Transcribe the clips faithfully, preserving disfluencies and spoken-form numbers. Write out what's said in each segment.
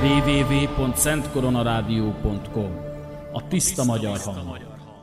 double-u double-u double-u pont szent korona rádió pont com. A tiszta magyar hang.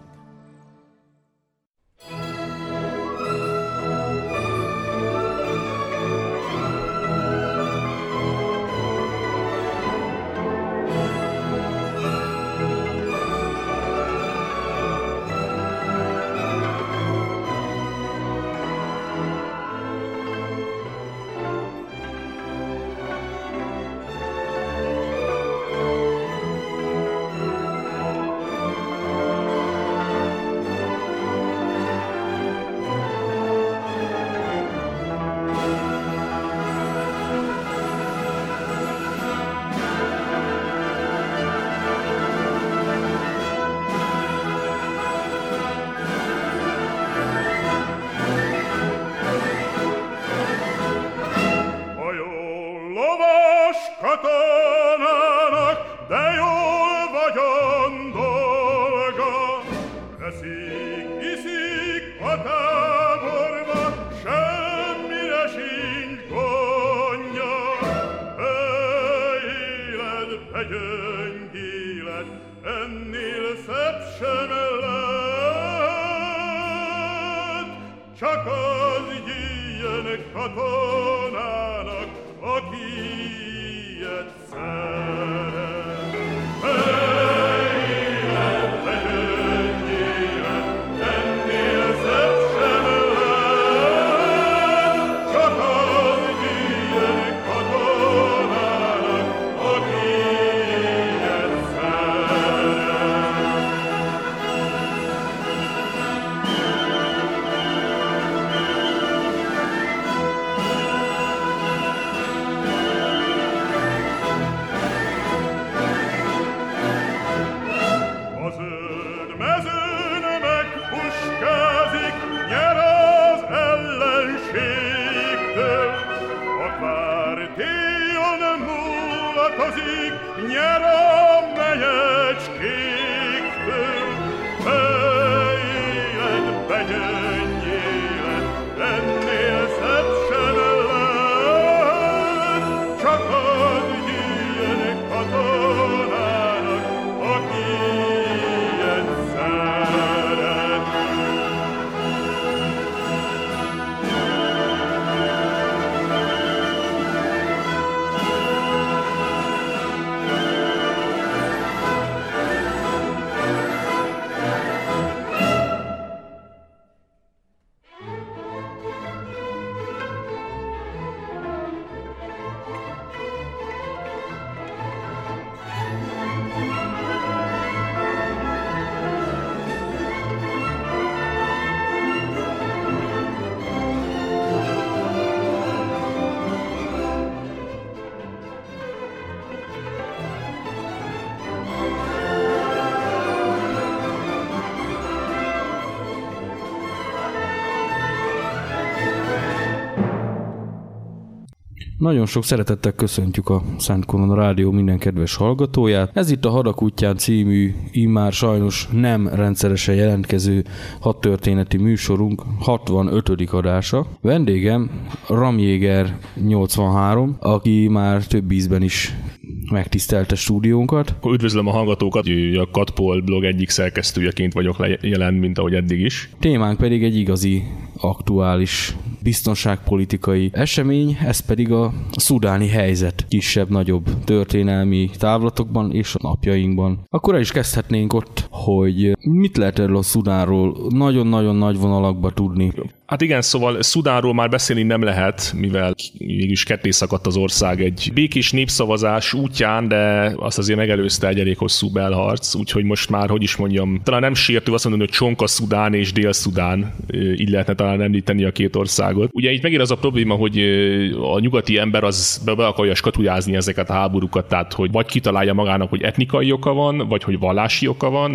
Nagyon sok szeretettel köszöntjük a Szent Korona Rádió minden kedves hallgatóját. Ez itt a Hadak útján című, immár sajnos nem rendszeresen jelentkező hadtörténeti műsorunk hatvanötödik adása. Vendégem Ramjéger nyolcvanhárom, aki már több ízben is megtisztelte stúdiónkat. Üdvözlöm a hallgatókat, a Katpol blog egyik szerkesztőjeként vagyok jelen, mint ahogy eddig is. Témánk pedig egy igazi, aktuális biztonságpolitikai esemény, ez pedig a szudáni helyzet kisebb-nagyobb történelmi távlatokban és a napjainkban. Akkor el is kezdhetnénk ott, hogy mit lehet erről a Szudánról nagyon-nagyon nagy vonalakba tudni. Hát igen, szóval Szudánról már beszélni nem lehet, mivel mégis ketté szakadt az ország egy békés népszavazás útján, de azt azért megelőzte egy elég hosszú belharc, úgyhogy most már, hogy is mondjam, talán nem sértő azt mondani, hogy Csonka-Szudán és Dél-Szudán, így lehetne talán említeni a két országot. Ugye itt megint az a probléma, hogy a nyugati ember az be, be akarja skatujázni ezeket a háborúkat, tehát hogy vagy kitalálja magának, hogy etnikai oka van, vagy hogy vallási oka van,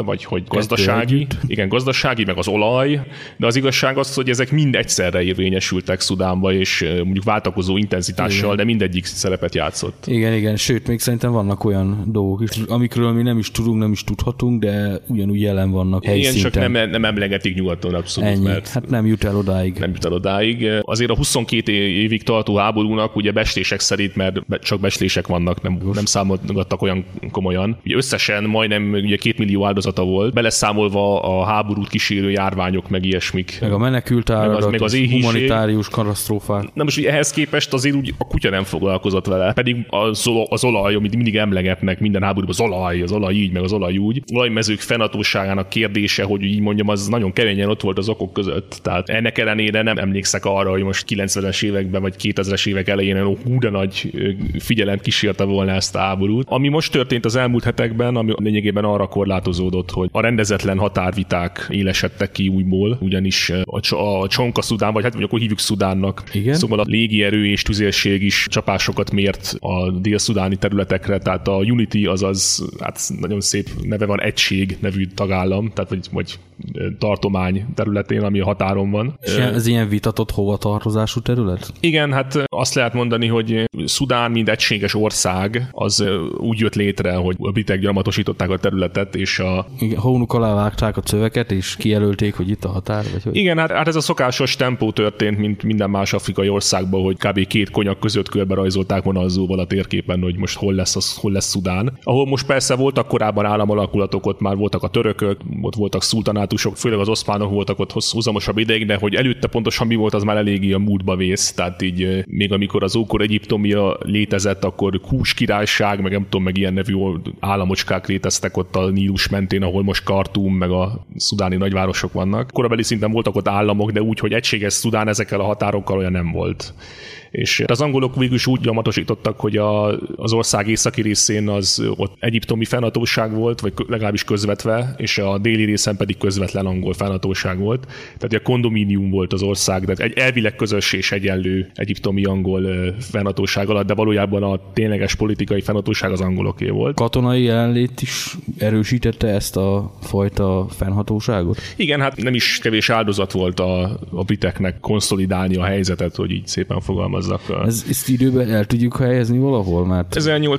vagy hogy gazdasági, igen, gazdasági, meg az olaj, de az igazság az, hogy ezek mind egyszerre érvényesültek Szudánba, és mondjuk váltakozó intenzitással, igen. de mindegyik szerepet játszott. Igen, igen, sőt, még szerintem vannak olyan dolgok is, amikről mi nem is tudunk, nem is tudhatunk, de ugyanúgy jelen vannak helyszinten. Igen, csak nem, nem emlegetik nyugaton abszolút. Ennyi. Mert hát nem jut el odáig. Nem jut el odáig. Azért a huszonkét évig tartó háborúnak ugye becslések szerint, mert csak becslések vannak, nem, nem számolgattak olyan komolyan. Ugye összesen majdnem ugye két millió áldozata volt, beleszámolva a háborút kísérő járványok, meg ilyesmik. Meg a menekült áradat, meg az, meg az humanitárius katasztrófák. Na most ugye ehhez képest azért úgy a kutya nem foglalkozott vele, pedig az, az olaj, amit mindig emlegetnek minden háborúban, az olaj, az olaj így, meg az olaj úgy. Olajmezők fennhatóságának kérdése, hogy így mondjam, az nagyon keményen ott volt az okok között. Tehát ennek ellenére nem emlékszek arra, hogy most kilencvenes években vagy kétezres évek elején hú de nagy figyelem kísérte volna ezt a háborút. Ami most történt az elmúlt hetekben, ami lényegében arra korlátozódott, hogy a rendezetlen határviták élesedtek ki újból, ugyanis a, a Csonka Szudán, vagy hát vagy akkor hívjuk Szudánnak. Igen? Szóval a légierő és tüzérség is csapásokat mért a dél-szudáni területekre, tehát a Unity, azaz, hát nagyon szép neve van, Egység nevű tagállam, tehát vagy, vagy tartomány területén, ami a határon van. És ez ilyen vitatott hovatartozású terület? Igen, hát azt lehet mondani, hogy Szudán, mint egységes ország, az úgy jött létre, hogy a britek gyarmatosították a területet, és a... Igen, hónuk alá vágták a cöveket, és kijelölték, hogy itt a határ, vagy hogy? Igen, hát, hát ez a szokásos tempó történt, mint minden más afrikai országban, hogy kb. Két konyak között körbe rajzolták vonalzóval a térképen, hogy most hol lesz, az, hol lesz Szudán. Ahol most persze voltak korábban államalakulatok, ott már voltak a törökök, ott voltak szultanátusok, főleg az oszmánok voltak ott hosszamosabb ideig, de hogy előtte pontosan mi volt, az már eléggé a múltba vész. Tehát így még amikor az ókor Egyiptomia létezett, akkor Kús királyság, meg nem tudom, meg ilyen nevű államocskák léteztek ott a Nílus mentén, ahol most Kartum, meg a szudáni nagyvárosok vannak. Korabeli szinten voltak ott államok, de úgy, hogy egységes Szudán ezekkel a határokkal olyan nem volt. És az angolok végül is úgy gyamatosítottak, hogy a, az ország északi részén az ott egyiptomi fennhatóság volt, vagy legalábbis közvetve, és a déli részen pedig közvetlen angol fennhatóság volt. Tehát a kondomínium volt az ország, de egy elvileg közös és egyenlő egyiptomi angol fennhatóság alatt, de valójában a tényleges politikai fennhatóság az angoloké volt. Katonai jelenlét is erősítette ezt a fajta fennhatóságot? Igen, hát nem is kevés áldozat volt a, a briteknek konszolidálni a helyzetet, hogy így szépen fogalmaz. Ez, ezt időben el tudjuk helyezni valahol? Mert...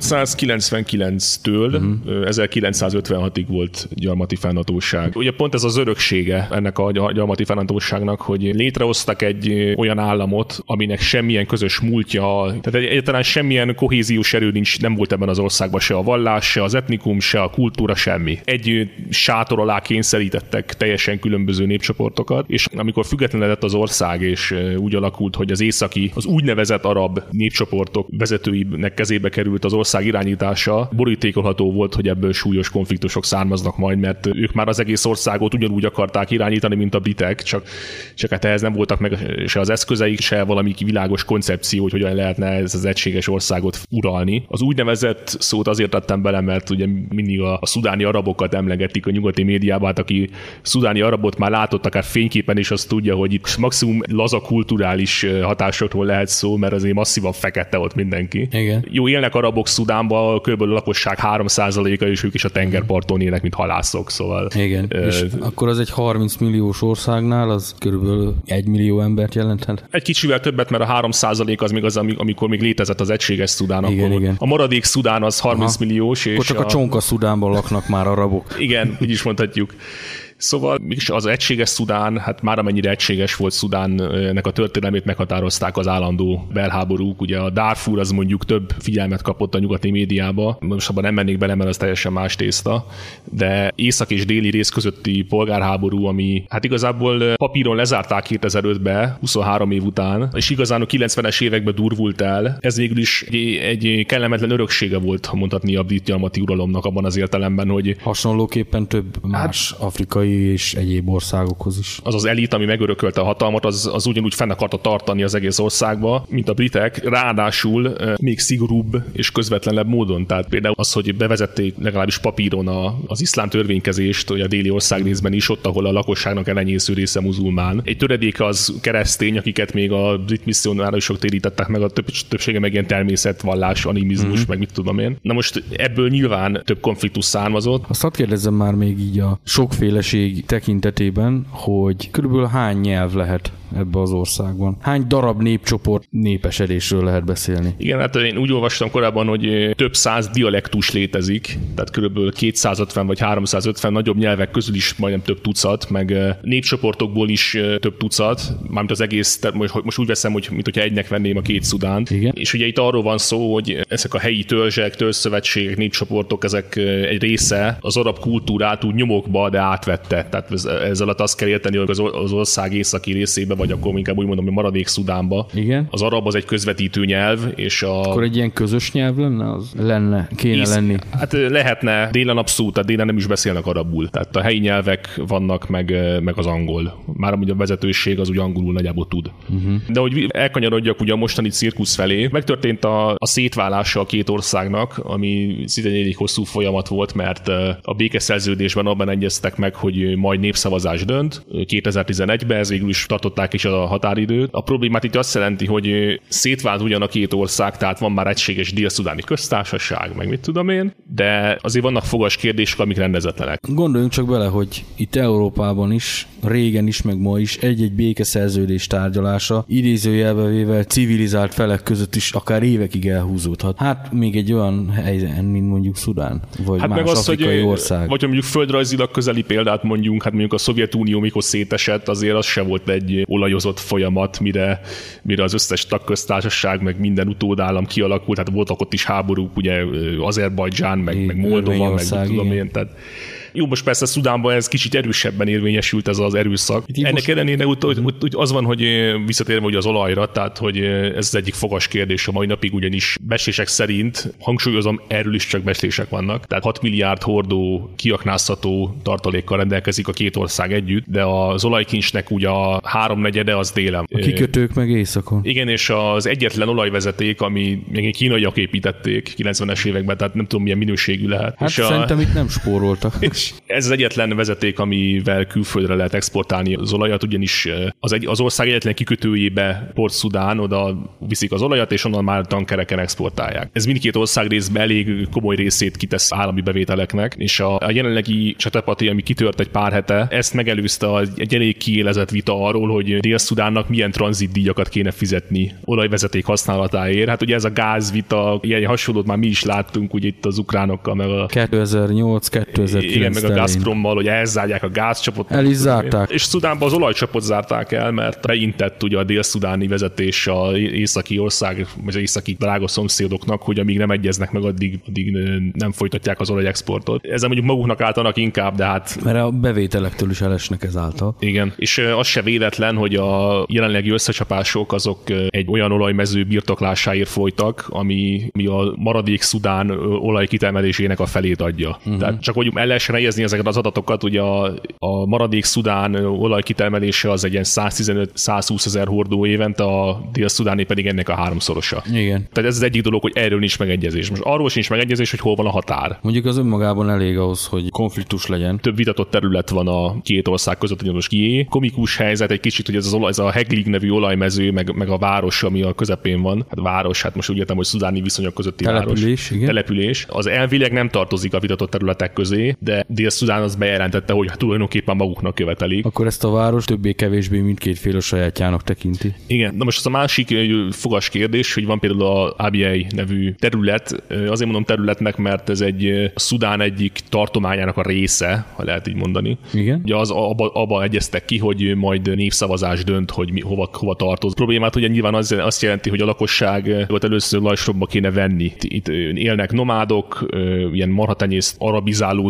ezernyolcszázkilencvenkilenctől uh-huh. ezerkilencszázötvenhatig volt gyarmati fennhatóság. Ugye pont ez az öröksége ennek a gyarmati fennhatóságnak, hogy létrehoztak egy olyan államot, aminek semmilyen közös múltja, tehát egyáltalán semmilyen kohéziós erő nincs, nem volt ebben az országban se a vallás, se az etnikum, se a kultúra, semmi. Egy sátor alá kényszerítettek teljesen különböző népcsoportokat, és amikor függetlenedett az ország, és úgy alakult, hogy az északi, az úgy nevezett arab népcsoportok vezetőinek kezébe került az ország irányítása, borítékolható volt, hogy ebből súlyos konfliktusok származnak majd, mert ők már az egész országot ugyanúgy akarták irányítani, mint a britek, csak, csak hát ehhez nem voltak meg se az eszközeik, se valami világos koncepció, hogy hogyan lehetne ez az egységes országot uralni. Az úgynevezett szót azért tettem bele, mert ugye mindig a, a szudáni arabokat emlegetik a nyugati médiában, hát aki szudáni arabot már látott akár fényképen is, azt tudja, hogy itt maximum laza kulturális hatásokról lehet szó, mert azért masszívan fekete ott mindenki. Igen. Jó, élnek arabok Szudánban, körülbelül a lakosság három százaléka, és ők is a tengerparton élnek, mint halászok, szóval... Igen, uh, és akkor az egy harminc milliós országnál, az körülbelül egy millió embert jelenthet? Egy kicsivel többet, mert a három százalék az még az, amikor még létezett az egységes Szudán. Igen, akkor igen. A maradék Szudán az harminc Aha. milliós. És akkor csak a, a Csonka Szudánban laknak már arabok. Igen, így is mondhatjuk. Szóval mégis az egységes Szudán, hát már amennyire egységes volt Szudánnek a történelmét meghatározták az állandó belháborúk. Ugye a Darfur az mondjuk több figyelmet kapott a nyugati médiába. Most abban nem mennék bele, mert az teljesen más tészta. De észak és déli rész közötti polgárháború, ami hát igazából papíron lezárták kétezer-ötben, huszonhárom év után, és igazán a kilencvenes években durvult el. Ez végül is egy, egy kellemetlen öröksége volt, ha mondhatni, a brit gyarmati uralomnak abban az értelemben, hogy hasonlóképpen több más hát, afrikai Mali és egyéb országokhoz is. Az az elit, ami megörökölte a hatalmat, az, az ugyanúgy fenn akarta tartani az egész országba, mint a britek, ráadásul még szigorúbb és közvetlenebb módon. Tehát például az, hogy bevezették legalábbis papíron a, az iszlám törvénykezést, hogy a déli országrészben is, ott, ahol a lakosságnak elenyésző része muzulmán. Egy töredék az keresztény, akiket még a brit misszionárusok térítettek meg, a több, többsége meg ilyen természetvallás, animizmus, mm-hmm. meg mit tudom én. Na most ebből nyilván több konfliktus származott. Azt hadd kérdezzem már még így a sokféleség tekintetében, hogy körülbelül hány nyelv lehet ebbe az országban? Hány darab népcsoport népesedésről lehet beszélni? Igen, hát én úgy olvastam korábban, hogy több száz dialektus létezik, tehát körülbelül kétszázötven vagy háromszázötven, nagyobb nyelvek közül is majdnem több tucat, meg népcsoportokból is több tucat, mármint az egész, tehát most, most úgy veszem, hogy mint hogyha egynek venném a két Szudánt. Igen. És ugye itt arról van szó, hogy ezek a helyi törzsek, törzszövetségek, népcsoportok, ezek egy része az arab kultúrát úgy nyomokba, de átvette. Tehát ez alatt azt kell érteni, hogy az ország északi részébe, vagy akkor inkább úgy mondom, hogy maradék Szudánba. Igen. Az arab az egy közvetítő nyelv, és a... Akkor egy ilyen közös nyelv lenne? Az lenne, kéne Ész... lenni. Hát lehetne, délen abszolút, tehát délen nem is beszélnek arabul. Tehát a helyi nyelvek vannak, meg, meg az angol. Már amúgy a vezetőség az úgy angolul nagyjából tud. Uh-huh. De hogy elkanyarodjak ugye a mostani cirkusz felé, megtörtént a, a szétválása a két országnak, ami szinte egy hosszú folyamat volt, mert a békeszerződésben abban egyeztek meg, hogy majd népszavazás dönt. kétezer-tizenegyben ez végül is tartották is a határidőt. A problémát itt azt jelenti, hogy szétvált ugyan a két ország, tehát van már egységes dél-szudáni köztársaság, meg mit tudom én, de azért vannak fogas kérdések, amik rendezetlenek. Gondoljunk csak bele, hogy itt Európában is, régen is, meg ma is egy-egy békeszerződés tárgyalása idézőjelbe véve civilizált felek között is akár évekig elhúzódhat. Hát még egy olyan helyzen, mint mondjuk Szudán, vagy hát más meg az, afrikai hogy, ország. Vagy mondjuk földrajzilag közeli példát mondjunk, hát mondjuk a Szovjetunió mikor szétesett, azért az se volt egy olajozott folyamat, mire, mire az összes tagköztársaság, meg minden utódállam kialakult, hát voltak ott is háborúk, ugye Azerbajdzsán, meg, meg Moldova, meg mit tudom én, tehát jó, most persze Szudánban ez kicsit erősebben érvényesült ez az erőszak. Itt Ennek most... ellenére úgy, úgy, úgy az van, hogy visszatérve hogy az olajra, tehát hogy ez az egyik fogas kérdés a mai napig, ugyanis becslések szerint, hangsúlyozom, erről is csak becslések vannak, tehát hat milliárd hordó kiaknázható tartalékkal rendelkezik a két ország együtt, de az olajkincsnek ugye a háromnegyede az délen. A kikötők meg északon. Igen, és az egyetlen olajvezeték, ami még kínaiak építették kilencvenes években, tehát nem tudom milyen minőségű lehet. Hát és szerintem a... itt nem spóroltak. Ez az egyetlen vezeték, amivel külföldre lehet exportálni az olajat, ugyanis az, egy, az ország egyetlen kikötőjébe, Port Szudán, oda viszik az olajat, és onnan már tankereken exportálják. Ez mindkét ország részben elég komoly részét kitesz állami bevételeknek, és a, a jelenlegi csatapati, ami kitört egy pár hete, ezt megelőzte egy elég kiélezett vita arról, hogy Dél-Szudánnak milyen tranzitdíjakat kéne fizetni olajvezeték használatáért. Hát ugye ez a gázvita, ilyen hasonlót már mi is láttunk ugye itt az ukránokkal, meg a kétezer-nyolc kétezer-kilenc meg a Gazprommal, hogy elzárják a gázcsapot. El is zárták. És Szudánban az olajcsapot zárták el, mert beintett ugye a dél-szudáni vezetés a északi ország, vagy az északi drága szomszédoknak, hogy amíg nem egyeznek meg, addig, addig nem folytatják az olajexportot. Ezzel mondjuk maguknak álltanak inkább, de hát... Mert a bevételektől is elesnek ezáltal. Igen. És az se véletlen, hogy a jelenlegi összecsapások azok egy olyan olajmező birtoklásáért folytak, ami, ami a maradék Szudán olaj kitermelésének a felét adja. Uh-huh. Tehát csak hogy el lehessen helyezni ezeket az adatokat, ugye a, a maradék Szudán olajkitermelése az egy ilyen száztizenöt-százhúsz ezer hordó évente, a dél-szudáni pedig ennek a háromszorosa. Igen. Tehát ez az egyik dolog, hogy erről nincs megegyezés. Most arról sincs megegyezés, hogy hol van a határ. Mondjuk az önmagában elég ahhoz, hogy konfliktus legyen. Több vitatott terület van a két ország között, hogy most kié. Komikus helyzet egy kicsit, hogy ez, az olaj, ez a Heglig nevű olajmező, meg, meg a város, ami a közepén van. Hát város, hát most úgy értem, hogy szudáni viszonyok közötti település, város. Igen. Település. Az elvileg nem tartozik a vitatott területek közé, de Dél-Szudán az bejelentette, hogy tulajdonképpen maguknak követelik. Akkor ezt a város többé-kevésbé mindkét fél a sajátjának tekinti. Igen, na most az a másik fogas kérdés, hogy van például a Abyei nevű terület. Azért mondom területnek, mert ez egy Szudán egyik tartományának a része, ha lehet így mondani. Igen. Ugye az abba, abba egyeztek ki, hogy majd népszavazás dönt, hogy mi, hova, hova tartoz. A problémát ugye nyilván az, azt jelenti, hogy a lakosság volt először lajstromba kéne venni. Itt élnek nomádok, ilyen marhatenyészt arabizálódott törzsek,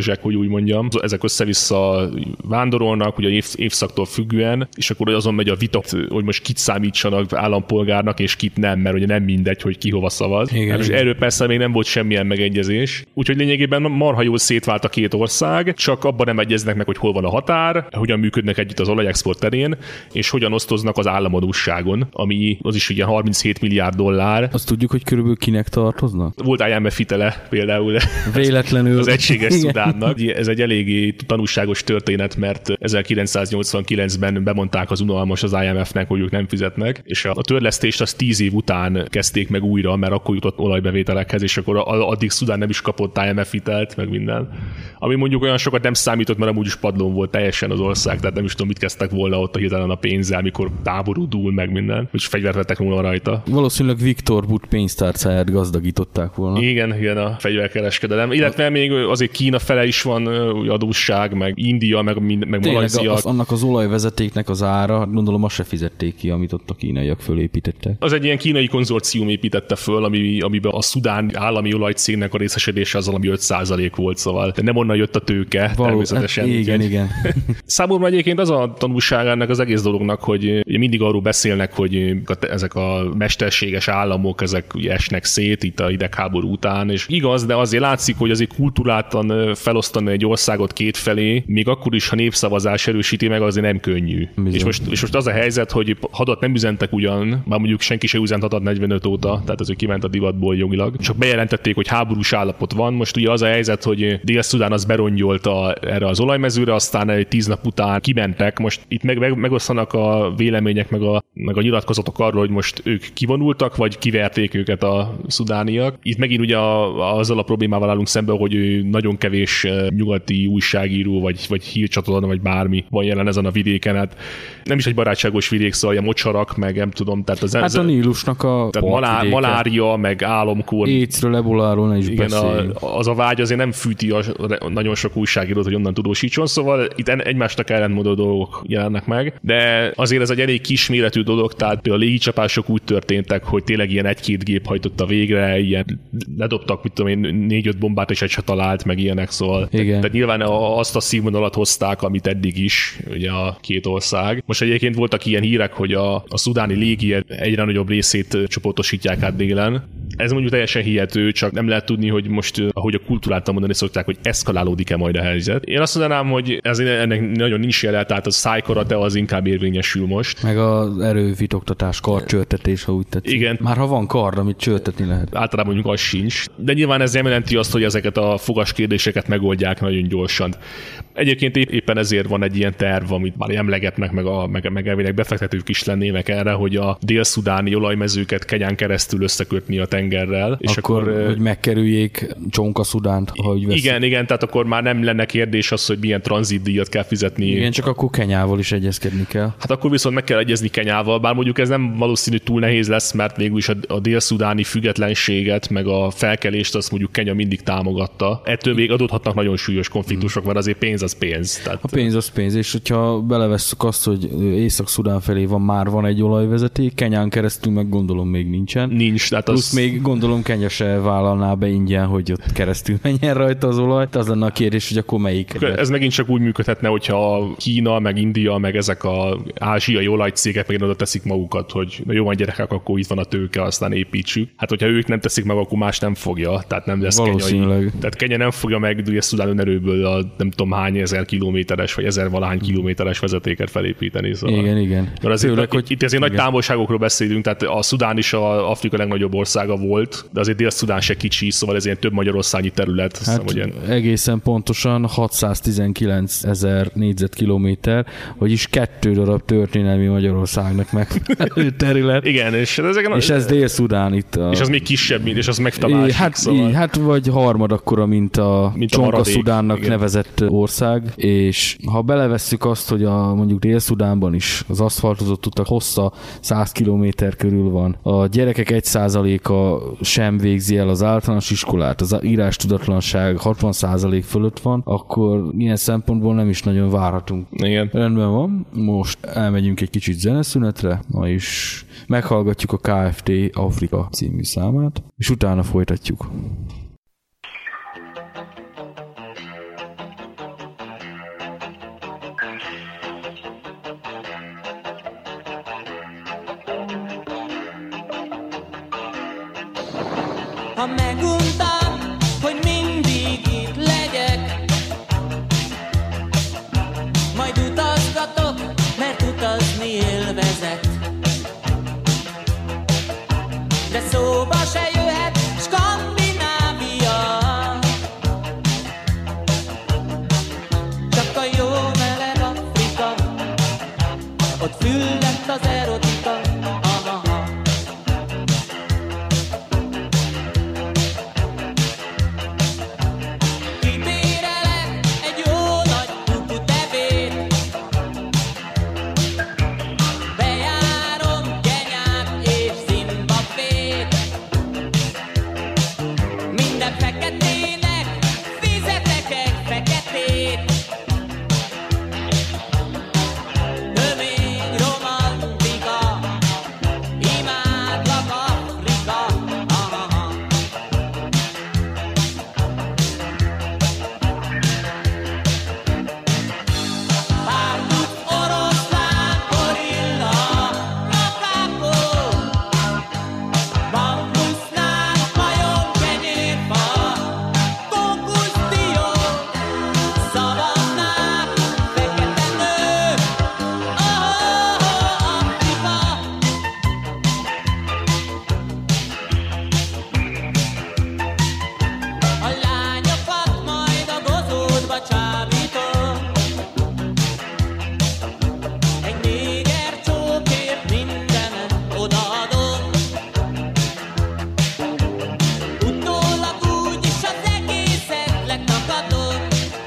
törzsek, hogy úgy mondjam. Ezek össze-vissza vándorolnak, ugye év, évszaktól függően, és akkor azon megy a vita, hogy most kit számítsanak állampolgárnak, és kit nem, mert ugye nem mindegy, hogy ki hova szavaz. Igen, és igen. Erről persze még nem volt semmilyen megegyezés. Úgyhogy lényegében marha jól szétvált a két ország, csak abban nem egyeznek meg, hogy hol van a határ, hogyan működnek együtt az olajexport terén, és hogyan osztoznak az államadósságon, ami az is ugye harminchét milliárd dollár. Azt tudjuk, hogy körülbelül kinek tartoznak? Volt I M F hitele például. Véletlenül. Az egységes Szudánnak. Ez egy eléggé tanúságos történet, mert ezerkilencszáznyolcvankilencben bemondták az unalmas az I M F-nek, hogy ők nem fizetnek, és a törlesztést az tíz év után kezdték meg újra, mert akkor jutott olajbevételekhez, és akkor addig Szudán nem is kapott I M F hitelt, meg minden. Ami mondjuk olyan sokat nem számított, mert amúgy is padlón volt teljesen az ország, tehát nem is tudom, mit kezdtek volna ott a hirtelen a pénzzel, amikor táború dúl, meg minden, hogy fegyvert vettek volna rajta. Valószínűleg Viktor Butt pénztárcáját gazdagították volna. Igen, igen, a fegyverkereskedelem. Illetve még azért Kína fele is van adósság, meg India, meg, meg Malajzia. Az, annak az olajvezetéknek az ára, gondolom azt se fizették ki, amit ott a kínaiak fölépítettek. Az egy ilyen kínai konzorcium építette föl, ami, amiben a szudán állami olajcégnek a részesedése az valami öt százalék volt, szóval de nem onnan jött a tőke, Való, természetesen. Hát igen, igen. Számomra egyébként az a tanulság ennek az egész dolognak, hogy mindig arról beszélnek, hogy ezek a mesterséges államok, ezek esnek szét itt a hidegháború után, és igaz, de azért látszik, hogy azért kultúráltan felosztani egy országot kétfelé, még akkor is, ha népszavazás erősíti meg, azért nem könnyű. És most, és most az a helyzet, hogy hadat nem üzentek ugyan, már mondjuk senki se üzent hadat negyvenöt óta, tehát ez kiment a divatból jogilag, csak bejelentették, hogy háborús állapot van. Most ugye az a helyzet, hogy Dél-Szudán az berongyolta erre az olajmezőre, aztán egy tíz nap után kimentek. Most itt meg, meg, megosztanak a vélemények, meg a, meg a nyilatkozatok arról, hogy most ők kivonultak, vagy kiverték őket a szudániak. Itt megint ugye a, azzal a problémával állunk szemben, hogy nagyon kevés nyugati újságíró, vagy, vagy hírcsatorna, vagy bármi van jelen ezen a vidéken. Hát nem is egy barátságos vidék, szóval a mocsarak, meg nem tudom. Tehát az, hát a Nílusnak a malá, malária, meg álomkór. Écről, eboláról ne is igen, a, az a vágy azért nem fűti a, nagyon sok újságírót, hogy onnan tudósítson, szóval itt egymásnak ellentmondó dolgok jelennek meg, de azért ez egy elég kisméretű dolog, tehát a légicsapások úgy történtek, hogy tényleg ilyen egy-két gép hajtotta végre, ilyen ledobtak, mit tudom én, négy-öt bombát, és egy se talált, meg ilyenek, szóval. Igen. Tehát nyilván azt a színvonalat hozták, amit eddig is, ugye a két ország. Most egyébként voltak ilyen hírek, hogy a, a szudáni légi egyre nagyobb részét csoportosítják át délen. Ez mondjuk teljesen hihető, csak nem lehet tudni, hogy most, ahogy a kultúráltan mondani szokták, hogy eszkalálódik-e majd a helyzet. Én azt mondanám, hogy ez ennek nagyon nincs jele, tehát a szájkarate az inkább érvényesül most. Meg az erővitoktatás, karcsöltetés, ha úgy tetszik. Igen. Már ha van kard, amit csöltetni lehet. Általában mondjuk az sincs. De nyilván ez nem jelenti azt, hogy ezeket a fogas kérdéseket megoldják nagyon gyorsan. Egyébként éppen ezért van egy ilyen terv, amit már emlegetnek, meg, a, meg, meg elvileg befektetők is lennének erre, hogy a dél-szudáni olajmezőket Kenyán keresztül összekötni a tengerrel. És akkor, akkor hogy megkerüljék Csonka-Szudánt, ha úgy veszik. Igen, igen, tehát akkor már nem lenne kérdés az, hogy milyen tranzitdíjat kell fizetni. Igen, csak akkor Kenyával is egyezkedni kell. Hát akkor viszont meg kell egyezni Kenyával, bár mondjuk ez nem valószínű túl nehéz lesz, mert végülis a, a dél-szudáni függetlenséget, meg a felkelést azt mondjuk Kenya mindig támogatta. Ettől még adódhatnak nagyon súlyos konfliktusok, mert azért pénz az pénz. Tehát... A pénz az pénz, és hogyha belevesszük azt, hogy Észak-Szudán felé van, már van egy olajvezeték, Kenyán keresztül meg gondolom még nincsen. Nincs, tehát plusz az... még gondolom Kenya se vállalná be ingyen, hogy ott keresztül menjen rajta az olaj. Az lenne a kérdés, hogy akkor melyik. Ez megint csak úgy működhetne, hogyha Kína, meg India, meg ezek az ázsiai olajcégek megint oda teszik magukat, hogy na jó van gyerekek, akkor itt van a tőke, aztán építsük. Hát hogyha ők nem teszik meg, akkor más nem fogja, tehát nem lesz kenyai. Tehát Kenya nem fogja meg Dél-Szudán önerőből a nem tudom hány ezer kilométeres, vagy ezer valahány kilométeres vezetéket felépíteni. Szóval. Igen, igen. Mert azért, Főleg, hogy itt azért igen. Nagy távolságokról beszélünk, tehát a Szudán is az Afrika legnagyobb országa volt, de azért Dél-Szudán se kicsi, szóval ez ilyen több magyarországi terület. Hát hiszem, ilyen... egészen pontosan hatszáztizenkilencezer négyzetkilométer, vagyis kettő darab történelmi Magyarországnak megfelelő terület. Igen, és, ezeken, és ez Dél-Szudán itt. A... És az még kisebb, mint, és az meg a másik. Hát, szóval... hát vagy harmad akkora, mint a Csonka-Szudánnak nevezett ország, és ha belevesszük azt, hogy a mondjuk Dél-Szudánban is az aszfaltozott utak hossza száz kilométer körül van, a gyerekek egy százaléka sem végzi el az általános iskolát, az írástudatlanság hatvan százalék fölött van, akkor ilyen szempontból nem is nagyon várhatunk. Igen. Rendben van, most elmegyünk egy kicsit zeneszünetre, ma is meghallgatjuk a Kft. Afrika című számát, és utána folytatjuk. ha meguntam, hogy mindig itt legyek. Majd utazgatok, mert utazni élvezet. De szóba se jöhet Skandinávia, csak a jó meleg Afrika, ott füllett az erotika. Aha. Kibérelek egy jó nagy kukutevét, bejárom Kenyát és Zimbabvét. Minden feketének fizetek egy feketét. Tömény romantika, imádlak Afrika. Aha. Párduc, oroszlán, gorilla, makákó, bambusznál, majom, kenyérfa, kókuszdió, szavannák, fekete nők. Oh, Afrika! A lányokat majd a gozódba csábítom, egy néger csókért mindenet odaadom. Utólag úgyis az egészet lekakadom.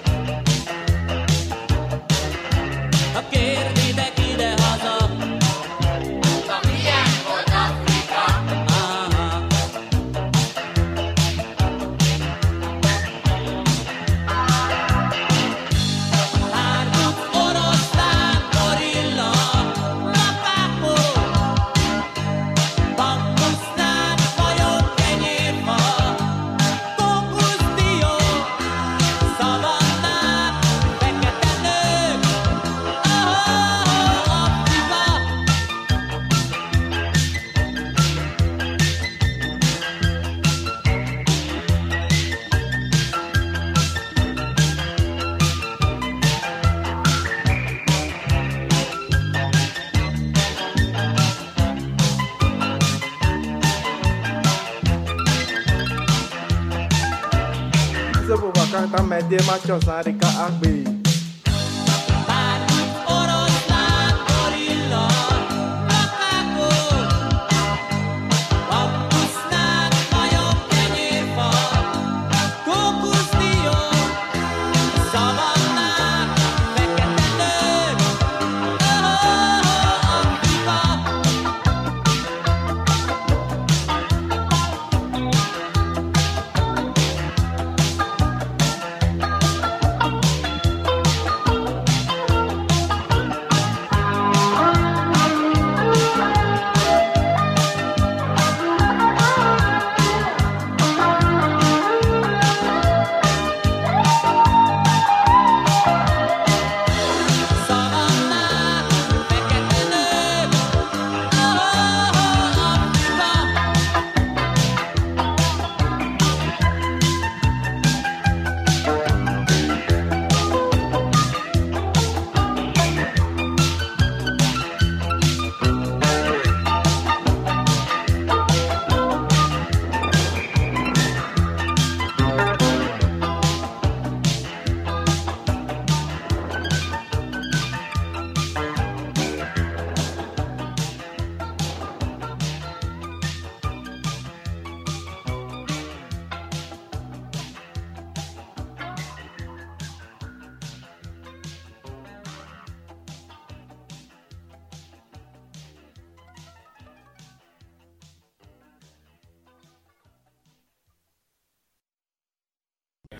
Ha kérditek ide-haza, milyen volt Afrika? Aha. Párduc, oroszlán, gorilla, makákó, bambusznál, majom, kenyérfa, kókuszdió, szavannák, fekete nők. Oh, Afrika! Sebuah kata media macho sarika agbi. Párduc, oroszlán, gorilla, makákó, bambusznál, majom, kenyérfa, kókuszdió, szavannák, fekete nők. Oh, Afrika!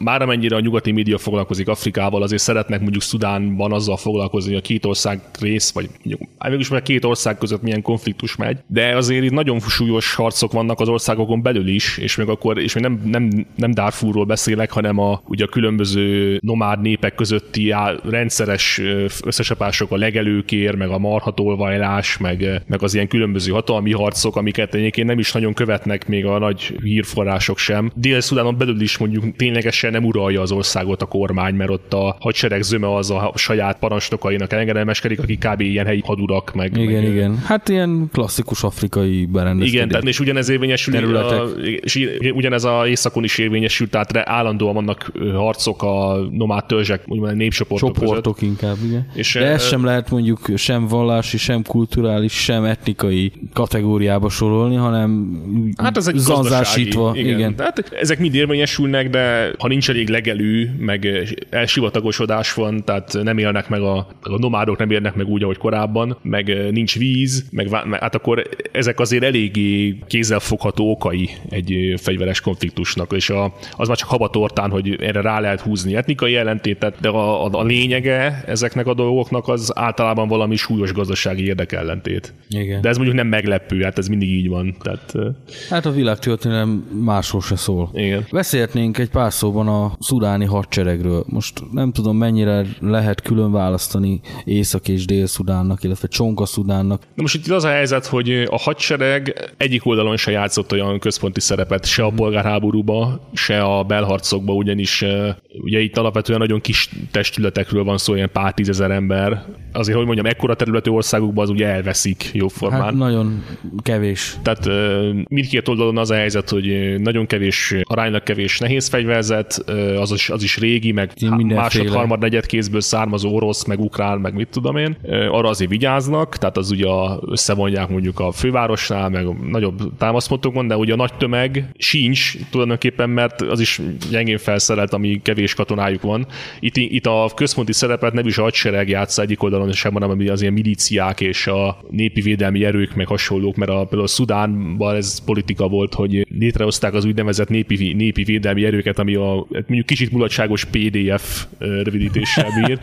Már amennyire a nyugati média foglalkozik Afrikával, azért szeretnek mondjuk Szudánban azzal foglalkozni, hogy a két ország rész, vagy mondjuk, mégis már két ország között milyen konfliktus megy, de azért itt nagyon súlyos harcok vannak az országokon belül is, és még akkor, és még nem, nem, nem Darfurról beszélek, hanem a, ugye a különböző nomád népek közötti á, rendszeres összecsapások, a legelőkér, meg a marhatolvajlás, meg, meg az ilyen különböző hatalmi harcok, amiket egyébként nem is nagyon követnek még a nagy hírforrások sem. Dél-Szudánon belül is mondjuk ténylegesen nem uralja az országot a kormány, mert ott a hadsereg zöme az a saját parancsnokainak engedelmeskedik, akik kb. Ilyen helyi hadurak, meg... Igen, meg, igen. Hát ilyen klasszikus afrikai berendezkedés. Igen, tehát, és ugyanez érvényesül, a, és ugyanez a északon is érvényesül, tehát állandóan vannak harcok a nomád törzsek, úgymond népcsoportok Csoportok között. inkább, igen. És de ez sem lehet mondjuk sem vallási, sem kulturális, sem etnikai kategóriába sorolni, hanem hát ezek zanzásítva. Igen. igen. Tehát ezek mind érvényesülnek, de ha nincs elég legelő, meg elsivatagosodás van, tehát nem élnek meg a, a nomádok, nem élnek meg úgy, ahogy korábban, meg nincs víz, meg, meg hát akkor ezek azért eléggé kézzelfogható okai egy fegyveres konfliktusnak, és a, az már csak habatortán, hogy erre rá lehet húzni etnikai ellentétet, de a, a, a lényege ezeknek a dolgoknak az általában valami súlyos gazdasági érdekellentét. Igen. De ez mondjuk nem meglepő, hát ez mindig így van. Tehát, hát a világtörténelem másról se szól. Igen. Beszélhetnénk egy pár szóban a szudáni hadseregről. Most nem tudom, mennyire lehet külön választani Észak- és Dél-Szudánnak, illetve Csonka-Szudánnak. Na most itt az a helyzet, hogy a hadsereg egyik oldalon se játszott olyan központi szerepet, se a polgárháborúba, se a belharcokba, ugyanis ugye itt alapvetően nagyon kis testületekről van szó, ilyen pár tízezer ember. Azért, hogy mondjam, ekkora területű országokban az ugye elveszik jóformán. Hát nagyon kevés. Tehát mindkét oldalon az a helyzet, hogy nagyon kevés, aránylag kevés nehéz fegyverzet, az is, az is régi, meg másod, harmad, negyed kézből származó orosz, meg ukrán, meg mit tudom én. Arra azért vigyáznak, tehát az ugye összevonják mondjuk a fővárosnál, meg a nagyobb támaszpontokon, de ugye a nagy tömeg sincs tulajdonképpen, mert az is gyengén felszerelt, ami kevés katonájuk van. Itt, itt a központi szerepet nem is a hadsereg játsza egyik oldalon sem, hanem az ilyen milíciák és a népi védelmi erők, meg hasonlók, mert a, például a Szudánban ez politika volt, hogy létrehozták az úgynevezett népi, népi védelmi erőket, ami a mondjuk kicsit mulatságos pé dé ef rövidítéssel bír.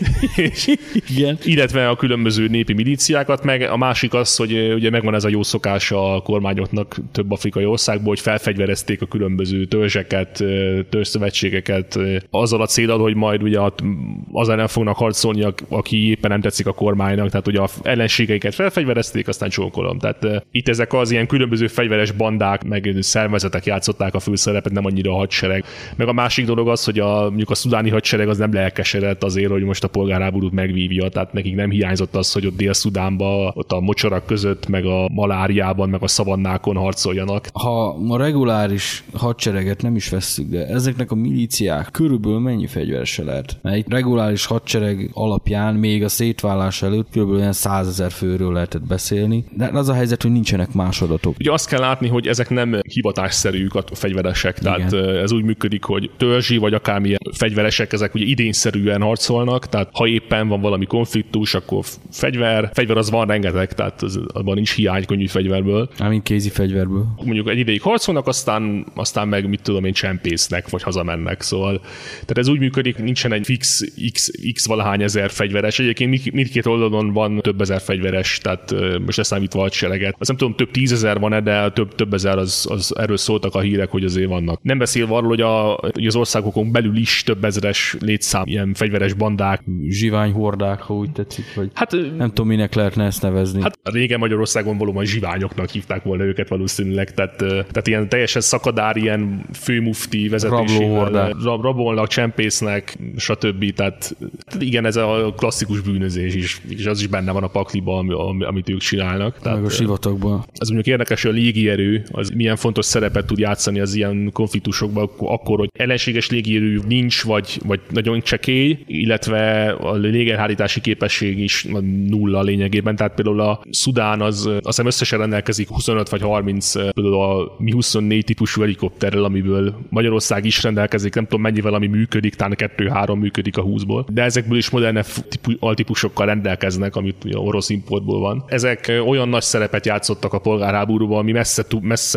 Igen. Illetve a különböző népi milíciákat, meg a másik az, hogy ugye megvan ez a jó szokás a kormányoknak több afrikai országból, hogy felfegyverezték a különböző törzseket, törzszövetségeket, azzal a céllal, hogy majd ugye az ellen fognak harcolni, aki éppen nem tetszik a kormánynak, tehát ugye a ellenségeiket felfegyverezték, aztán csókolom. Tehát uh, itt ezek az ilyen különböző fegyveres bandák, meg szervezetek játszották a főszerepet, nem annyira a hadsereg. Meg a másik dolog az, hogy a, mondjuk a szudáni hadsereg az nem lelkesedett azért, hogy most a polgárháborút megvívja, tehát nekik nem hiányzott az, hogy ott Dél-Szudánban, ott a mocsarak között, meg a maláriában, meg a szavannákon harcoljanak. Ha a reguláris hadsereget nem is vesszük, de ezeknek a milíciák körülbelül mennyi fegyverese lehet? Mert egy reguláris hadsereg alapján még a szétválás előtt körülbelül olyan százezer főről lehetett beszélni, de az a helyzet, hogy nincsenek más adatok. Ugye azt kell látni, hogy ezek nem hivatásszerűk a fegyveresek, tehát igen. Ez úgy működik, hogy törzsi vagy akármilyen fegyveresek, ezek ugye idényszerűen harcolnak, tehát ha éppen van valami konfliktus, akkor fegyver, fegyver az van rengeteg, tehát az, abban nincs hiány könnyű fegyverből. Amint kézi fegyverből. Mondjuk egy ideig harcolnak, aztán, aztán meg mit tudom én, csempésznek, vagy hazamennek, szóval. Tehát ez úgy működik, nincsen egy fix x, x valahány ezer fegyveres. Egyébként mindkét oldalon van több ezer fegyveres, tehát most leszámítva a hadsereget. Azt nem tudom, több tízezer van-e, de több, több ezer, az, az erről szóltak a hírek, hogy azért vannak. Nem beszélve arról, hogy, a, hogy az országokon belül is több ezeres létszám ilyen fegyveres bandák. Zsiványhordák, ha úgy tetszik, vagy hát, nem tudom, minek lehetne ezt nevezni. Hát régen Magyarországon valóban zsiványoknak hívták volna őket valószínűleg, tehát, tehát ilyen teljesen szakadár, ilyen főmufti vezetésével rabolnak, csempésznek, stb. Tehát, tehát igen, ez a klasszikus bűnözés is, és az is benne van a pakliban, amit ők csinálnak. Tehát, meg a sivatagban. Ez mondjuk érdekes, hogy a légierő az milyen fontos szerepet tud játszani az ilyen konfliktusokban, akkor, hogy ellenséges légierő nincs, vagy, vagy nagyon csekély, illetve a légerhárítási képesség is nulla lényegében. Tehát például a Szudán az azt hiszem összesen rendelkezik huszonöt vagy harminc például a Mi huszonnégy típusú helikopterrel, amiből Magyarország is rendelkezik, nem tudom mennyivel, ami működik, talán kettő-három működik a húszból. De ezekből is modernebb altípusokkal rendelkeznek, amit orosz importból van. Ezek olyan nagy szerepet játszottak a polgárháborúban, ami messze, messze felül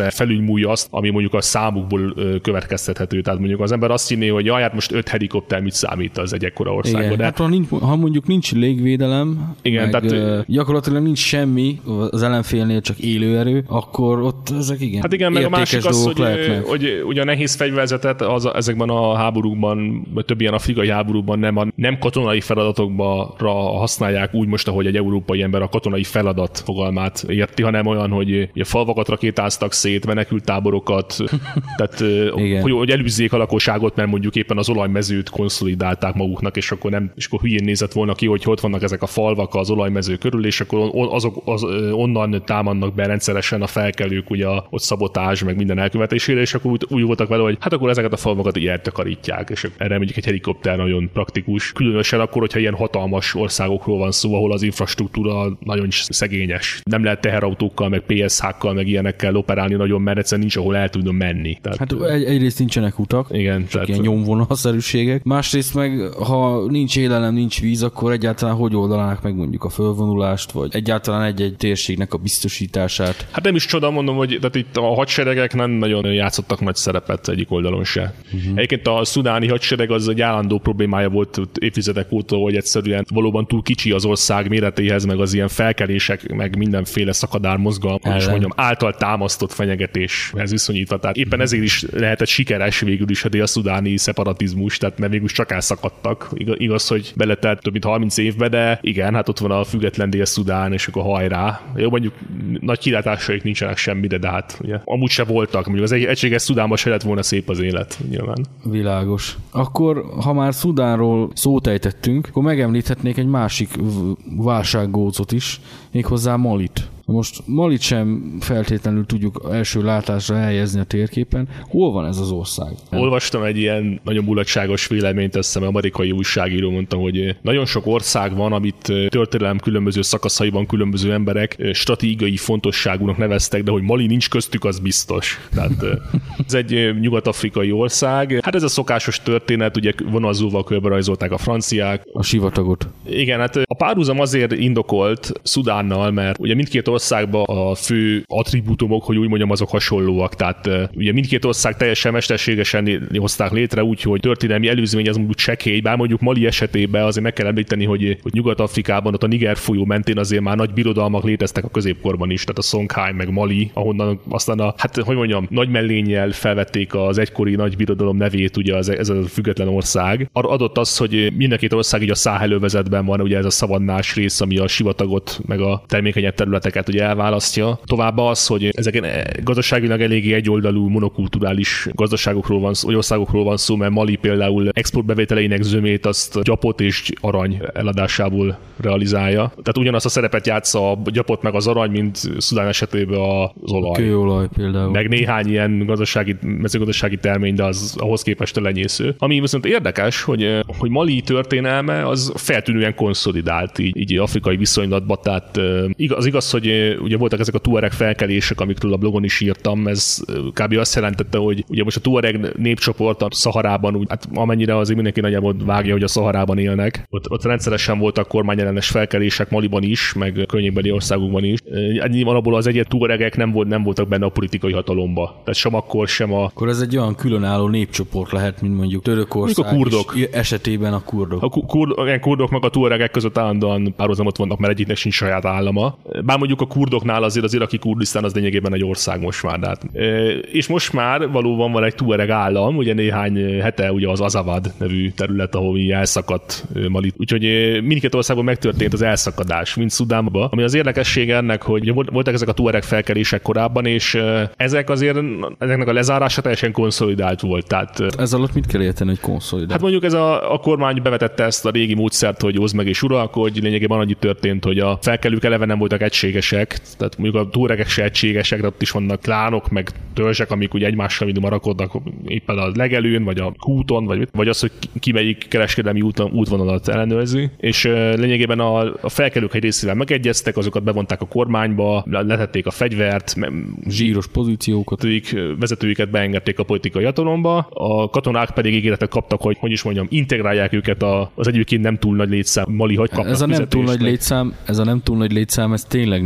felülmúlja azt, ami mondjuk a számukból következtethető. Tehát mondjuk az ember azt hinné, hogy jaj, hát most öt helikopter mit számít az egy ekkora országban. De... Hát, ha, nincs, ha mondjuk nincs légvédelem, igen, meg tehát, gyakorlatilag nincs semmi az ellenfélnél, csak élőerő, akkor ott ezek igen. Hát igen, meg a másik az, hogy, hogy ugye a nehéz fegyverzetet az, ezekben a háborúkban, vagy több ilyen afrikai háborúban nem, a, nem katonai feladatokra használják úgy most, ahogy egy európai ember a katonai feladat fogalmát érti, hanem olyan, hogy a falvakat rakétáztak szét, menekült táborokat, tehát hogy, hogy elűzzék a lakosságot, mert mondjuk éppen az olajmezőt konszolidálták maguknak, és akkor nem, és akkor hülyén nézett volna ki, hogy ott vannak ezek a falvak az olajmező körül, és akkor azok az, onnan támadnak be rendszeresen a felkelők, ugye ott szabotázs, meg minden elkövetésére, és akkor úgy, úgy voltak vele, hogy hát akkor ezeket a falvakat így eltakarítják, és erre mondjuk egy helikopter nagyon praktikus. Különösen akkor, hogyha ilyen hatalmas országokról van szó, ahol az infrastruktúra nagyon szegényes. Nem lehet teherautókkal, meg pé es há-kkal, meg ilyenekkel operálni nagyon, mert egyszerűen nincs, ahol el tudnom menni. Tehát, hát egy, egyrészt nincsenek utak, igen, csak tehát, ilyen nyomvonalszerűségek. Másrészt meg, ha nincs élelem, nincs víz, akkor egyáltalán hogy oldanának meg mondjuk a fölvonulást, vagy egyáltalán egy-egy térségnek a biztosítását. Hát nem is csoda, mondom, hogy tehát itt a hadseregek nem nagyon játszottak nagy szerepet egyik oldalon se. Uh-huh. Egyébként a szudáni hadsereg az egy állandó problémája volt évtizedek óta, hogy egyszerűen valóban túl kicsi az ország méretéhez, meg az ilyen felkelések, meg mindenféle szakadár mozgalom, és mondjam, által támasztott fenyegetéshez viszonyítva. Tehát éppen ezért is lehetett sikeres végül is a dél-szudáni szeparatizmus, tehát mert végül is csak elszakadtak. Igaz, hogy beletelt több mint harminc évbe, de igen, hát ott van a független Dél-Szudán, és akkor hajrá. Jó, mondjuk nagy kilátásaik nincsenek semmire, de hát ugye, amúgy se voltak. Mondjuk az egységes Szudánban se lett volna szép az élet, nyilván. Világos. Akkor, ha már Szudánról szót ejtettünk, akkor megemlíthetnék egy másik válsággócot is, méghozzá Malit. Most Malit sem feltétlenül tudjuk első látásra helyezni a térképen. Hol van ez az ország? Olvastam egy ilyen nagyon mulatságos véleményt, azt hiszem, amerikai újságíró mondta, hogy nagyon sok ország van, amit történelem különböző szakaszaiban különböző emberek stratégiai fontosságúnak neveztek, de hogy Mali nincs köztük, az biztos. Tehát ez egy nyugat-afrikai ország. Hát ez a szokásos történet, ugye vonalzóval körbe rajzolták a franciák. A sivatagot. Igen, hát a párhuzam azért indokolt Szudánnal, mert ugye mindkét országban a fő attribútumok, hogy úgy mondjam, azok hasonlóak. Tehát ugye mindkét ország teljesen mesterségesen hozták létre, úgyhogy történelmi előzmény az mondjuk csekély, bár mondjuk Mali esetében azért meg kell említeni, hogy, hogy Nyugat-Afrikában, ott a Niger folyó mentén azért már nagy birodalmak léteztek a középkorban is, tehát a Songhai meg Mali, ahonnan aztán a, hát hogy mondjam, nagy mellénnyel felvették az egykori nagy birodalom nevét, ugye az, ez a független ország. Adott az, hogy mind a két ország így a Száhelövezetben van, ugye ez a szavannás rész, ami a sivatagot meg a termékenyebb területeket ugye elválasztja. Továbbá az, hogy ezeken gazdaságilag eléggé egyoldalú monokulturális gazdaságokról van szó, vagy országokról van szó, mert Mali például exportbevételeinek zömét azt gyapot és arany eladásából realizálja. Tehát ugyanazt a szerepet játsza a gyapot meg az arany, mint Szudán esetében az olaj. A kőolaj például. Meg néhány ilyen gazdasági, mezőgazdasági termény, de az ahhoz képest elenyésző. Ami viszont érdekes, hogy, hogy Mali történelme az feltűnően konszolidált így, így afrikai viszonylatban. Tehát az igaz, hogy ugye voltak ezek a tuareg felkelések, amikről a blogon is írtam, ez kb. Azt jelentette, hogy ugye most a tuareg népcsoport a Szaharában, úgy, hát amennyire azért mindenki nagyjából vágja, hogy a Szaharában élnek. Ott, ott rendszeresen voltak kormányellenes felkelések Maliban is, meg környékbeli országokban is. Nyilván abból az egyet tuaregek nem, volt, nem voltak benne a politikai hatalomba. Tehát sem akkor, sem a... Akkor ez egy olyan különálló népcsoport lehet, mint mondjuk Törökország a kurdok. Esetében a kurdok. A kurd, ilyen kurdok meg a tuaregek között állandóan párhuzamot vannak, mert egyiknek sincs saját állama. Bár mondjuk a kurdoknál azért az iraki Kurdisztán az lényegében egy ország most már. Hát. És most már valóban van egy tuareg állam, ugye néhány hete ugye az Azawad nevű terület, ahol elszakadt Mali. Úgyhogy mindkét országban megtörtént az elszakadás, mint Szudánban. Ami az érdekessége ennek, hogy voltak ezek a tuareg felkelések korábban, és ezek azért ezeknek a lezárása teljesen konszolidált volt. Tehát, ez alatt mit kell érteni, hogy konszolidált? Hát mondjuk ez a, a kormány bevetette ezt a régi módszert, hogy oszd meg és uralkodj, lényegében annyi történt, hogy a felkelők eleve nem voltak egységesek, tehát mondjuk a tuaregek se egységesek, de ott is vannak klánok, meg törzsek, amik ugye egymással mindig marakodnak éppen a legelőn, vagy a kúton, vagy, vagy az, hogy ki melyik kereskedelmi út, útvonalat ellenőrzi. És lényegében a, a felkelők egy részével megegyeztek, azokat bevonták a kormányba, letették a fegyvert, zsíros pozíciókat, vezetőiket beengedték a politikai hatalomba, a katonák pedig ígéretet kaptak, hogy hogy is mondjam, integrálják őket az egyébként nem túl nagy létszám Mali hagykapnak ez a nem túl nagy létszám, ez a nem túl nagy létszám, ez tényleg nem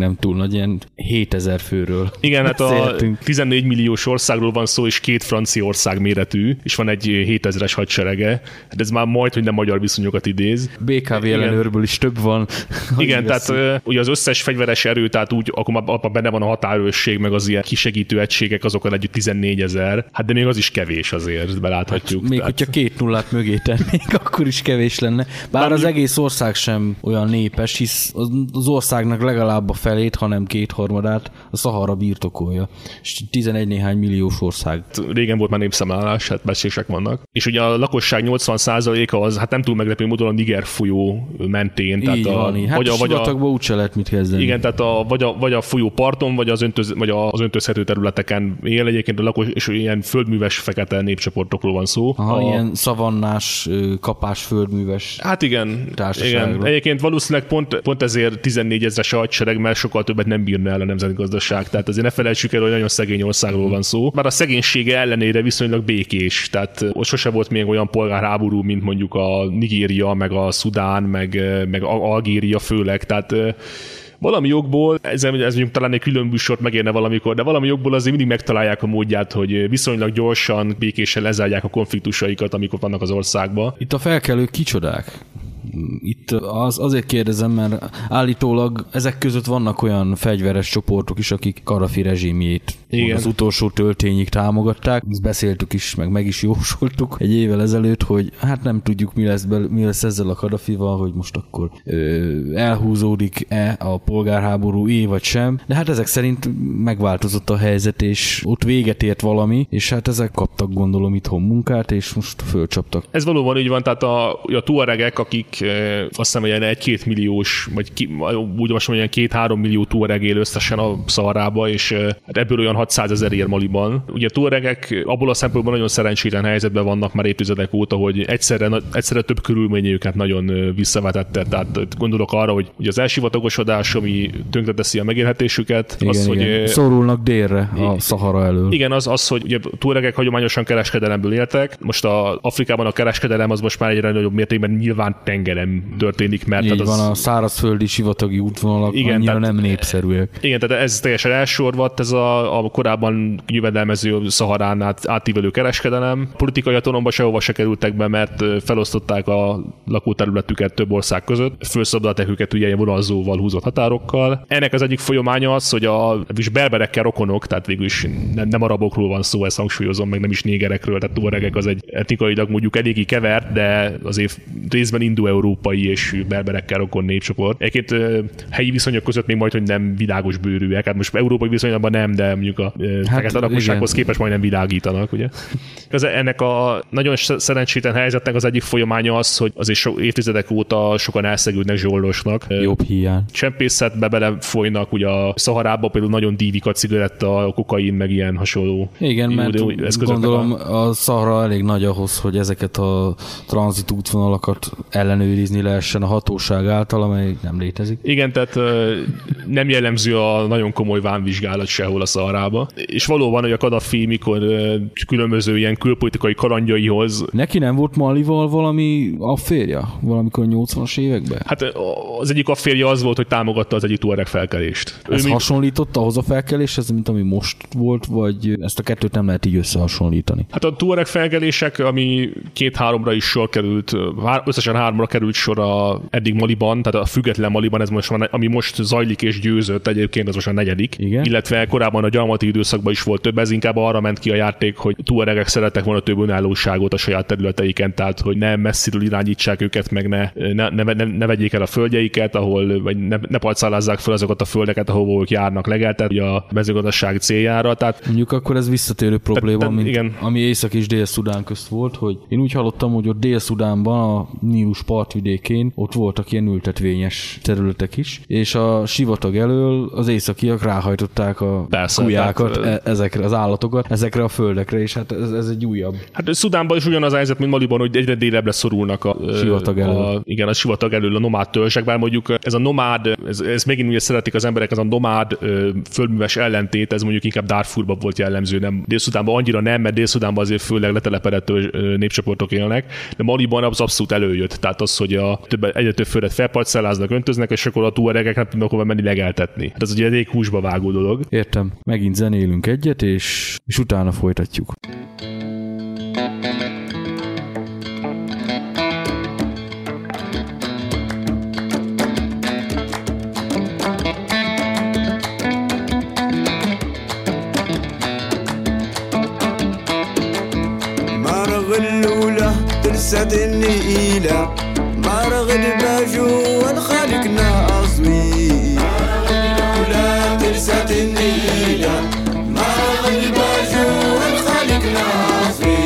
nem túl nagy, ilyen hétezer főről. Igen, hát a tizennégy milliós országról van szó, és két Franciaország méretű, és van egy hétezres hadserege. Hát ez már majd, hogy nem magyar viszonyokat idéz. bé ká vé ellenőrből is több van. Igen, tehát uh, ugye az összes fegyveres erő, tehát úgy, akkor már abban benne van a határőrség, meg az ilyen kisegítő egységek, azokkal együtt tizennégyezer. Hát de még az is kevés azért, beláthatjuk. Hát még tehát... hogyha két nullát mögé tennék, akkor is kevés lenne. Bár nem, az egész ország sem olyan népes, hisz az országnak legalább a felét, hanem kétharmadát a Szahara birtokolja. És tizenegy néhány milliós ország. Régen volt már népszámlálás, hát becslések vannak. És ugye a lakosság nyolcvan százaléka az, hát nem túl meglepő módon a Niger folyó mentén. Tehát így a, van, hát vagy a, a vagy sivatagba úgyse lehet mit kezdeni. Igen, tehát a, vagy, a, vagy a folyó parton, vagy az, öntöz, vagy az öntözhető területeken él egyébként a lakos, és ilyen földműves fekete népcsoportokról van szó. Aha, a, ilyen szavannás, kapás földműves. Hát igen, igen. Egyébként valószínűleg pont, pont ezért tizennégy ezres hadsereg, mert sokkal többet nem bírna el a nemzetgazdaság. Tehát azért ne felejtsük el, hogy nagyon szegény országról van szó. Már a szegénysége ellenére viszonylag békés. Tehát ott sose volt még olyan polgárháború, mint mondjuk a Nigéria, meg a Szudán, meg, meg Algéria főleg. Tehát valami jogból, ez, ez mondjuk talán egy külön műsort megérne valamikor, de valami jogból azért mindig megtalálják a módját, hogy viszonylag gyorsan, békésen lezárják a konfliktusaikat, amikor vannak az országban. Itt a felkelők kicsodák? Itt az, azért kérdezem, mert állítólag ezek között vannak olyan fegyveres csoportok is, akik Kadhafi rezsimjét az utolsó töltényig támogatták. Ezt beszéltük is, meg meg is jósoltuk egy évvel ezelőtt, hogy hát nem tudjuk, mi lesz, bel- mi lesz ezzel a Kadhafival, hogy most akkor ö, elhúzódik-e a polgárháború é vagy sem. De hát ezek szerint megváltozott a helyzet, és ott véget ért valami, és hát ezek kaptak gondolom itthon munkát, és most fölcsaptak. Ez valóban így van, tehát a, a tuaregek, akik azt hiszem, hogy egy-két milliós, vagy ki, úgy most mondjam, két-három millió tuareg él összesen a Szaharába, és hát ebből olyan hatszázezer ér Maliban. Ugye a tuaregek abból a szempontból nagyon szerencsétlen helyzetben vannak már évtizedek óta, hogy egyszerre, egyszerre több körülményű őket nagyon visszavetette. Tehát gondolok arra, hogy ugye az elsivatagosodás, ami tönkreteszi a megélhetésüket, igen, az, igen. hogy szorulnak délre a Szahara elől. Igen, az, az hogy ugye tuaregek hagyományosan kereskedelemből éltek. Most a Afrikában a kereskedelem az most már egyre nagyobb mértékben nyilván tengeren történik, mert így az... van, a szárazföldi sivatagi útvonalak igen, annyira tehát, nem népszerűek. Igen, tehát ez teljesen elsorvadt, ez a, a korábban jövedelmező Szaharán át, átívelő kereskedelem. Politikai hatalomba sehova se kerültek be, mert felosztották a lakóterületüket több ország között, felszabadították őket ugye vonalzóval húzott határokkal. Ennek az egyik folyamánya az, hogy a is berberekkel rokonok, tehát végül is nem, nem arabokról van szó, ezt hangsúlyozom, meg nem is négerekről, tehát tuaregek az egy etnikailag mondjuk eléggé kevert, de azért részben indo-európai és berberekkel rokon népcsoport. Egyébként helyi viszonyok között még majd, hogy nem világos bőrűek. Hát most európai viszonylatban nem, de mondjuk a fekete hát, lakossághoz képest majdnem világítanak, ugye? Ez, ennek a nagyon szerencsétlen helyzetnek az egyik folyamánya az, hogy azért so, évtizedek óta sokan elszegődnek zsoldosnak. Jobb hiány. Csempészetbe belefolynak, ugye a Szaharába például nagyon dívik a cigaretta, a kokain, meg ilyen hasonló. Igen, mert gondolom a... a Szahara elég nagy ahhoz, hogy ezeket a tranzit útvonalakat ellenőrizni lehessen a hatóság által, amely nem létezik. Igen, tehát nem jellemző a nagyon komoly vámvizsgálat sehol a Szaharába. És valóban, hogy a Kadhafi mikor különböző ilyen külpolitikai kalandjaihoz... Neki nem volt Malival valami afférja? Valamikor nyolcvanas években? Hát az egyik afférja az volt, hogy támogatta az egyik tuareg felkelést. Ez még... hasonlított ahhoz a felkeléshez, mint ami most volt, vagy ezt a kettőt nem lehet így összehasonlítani? Hát a tuareg felkelések, ami két-háromra is sor került, összesen háromra került sor a eddig Maliban, tehát a független Maliban, ez most van, ami most zajlik és győzött egyébként, az most a negyedik. Igen? Illetve korábban a gyarmati időszakban is volt több, ez inkább arra ment ki a játék, hogy tuaregek szerettek volna több önállóságot a saját területeiken, tehát hogy ne messziről irányítsák őket, meg ne, ne, ne, ne, ne vegyék el a földjeiket, ahol, vagy ne, ne parcellázzák fel azokat a földeket, ahol ők járnak legeltet, a mezőgazdaság céljára. Tehát, mondjuk akkor ez visszatérő probléma, te, te, mint igen. ami Észak és Dél-Szudán közt volt, hogy én úgy hallottam, hogy ott Dél-Szudánban a Nílus partvidékén ott voltak ilyen ültetvényes területek is, és a sivatag elől az északiak ráhajtották a Persze, kujákat, tehát, e- ezekre az állatokat, ezekre a földekre, és hát ez, ez egy újabb. Hát Szudánban is ugyanaz a helyzet, mint Maliban, hogy egyre délebbre szorulnak a sivatag elől. A, igen, a sivatag elől a nomád törzsek, bár mondjuk ez a nomád, ez, ez megint ugye szeretik az emberek, ez a nomád földműves ellentét, ez mondjuk inkább Darfurban volt jellemző, nem Dél-Szudánban annyira nem, mert Dél-Szudánban azért főleg letelepedett népcsoportok élnek, de Maliban az abszolút előjött. Tehát az, hogy a több, egyre több földet felparcelláznak, öntöznek, és akkor a tuaregek nem tudnak hova menni legeltetni. Hát ez ugye elég húsba vágó dolog. Értem. Megint zenélünk egyet, és, és utána folytatjuk. ترسد النيلة مرغد باجو والخالق ناصوي ولا ترسد النيلة مرغد باجو والخالق ناصوي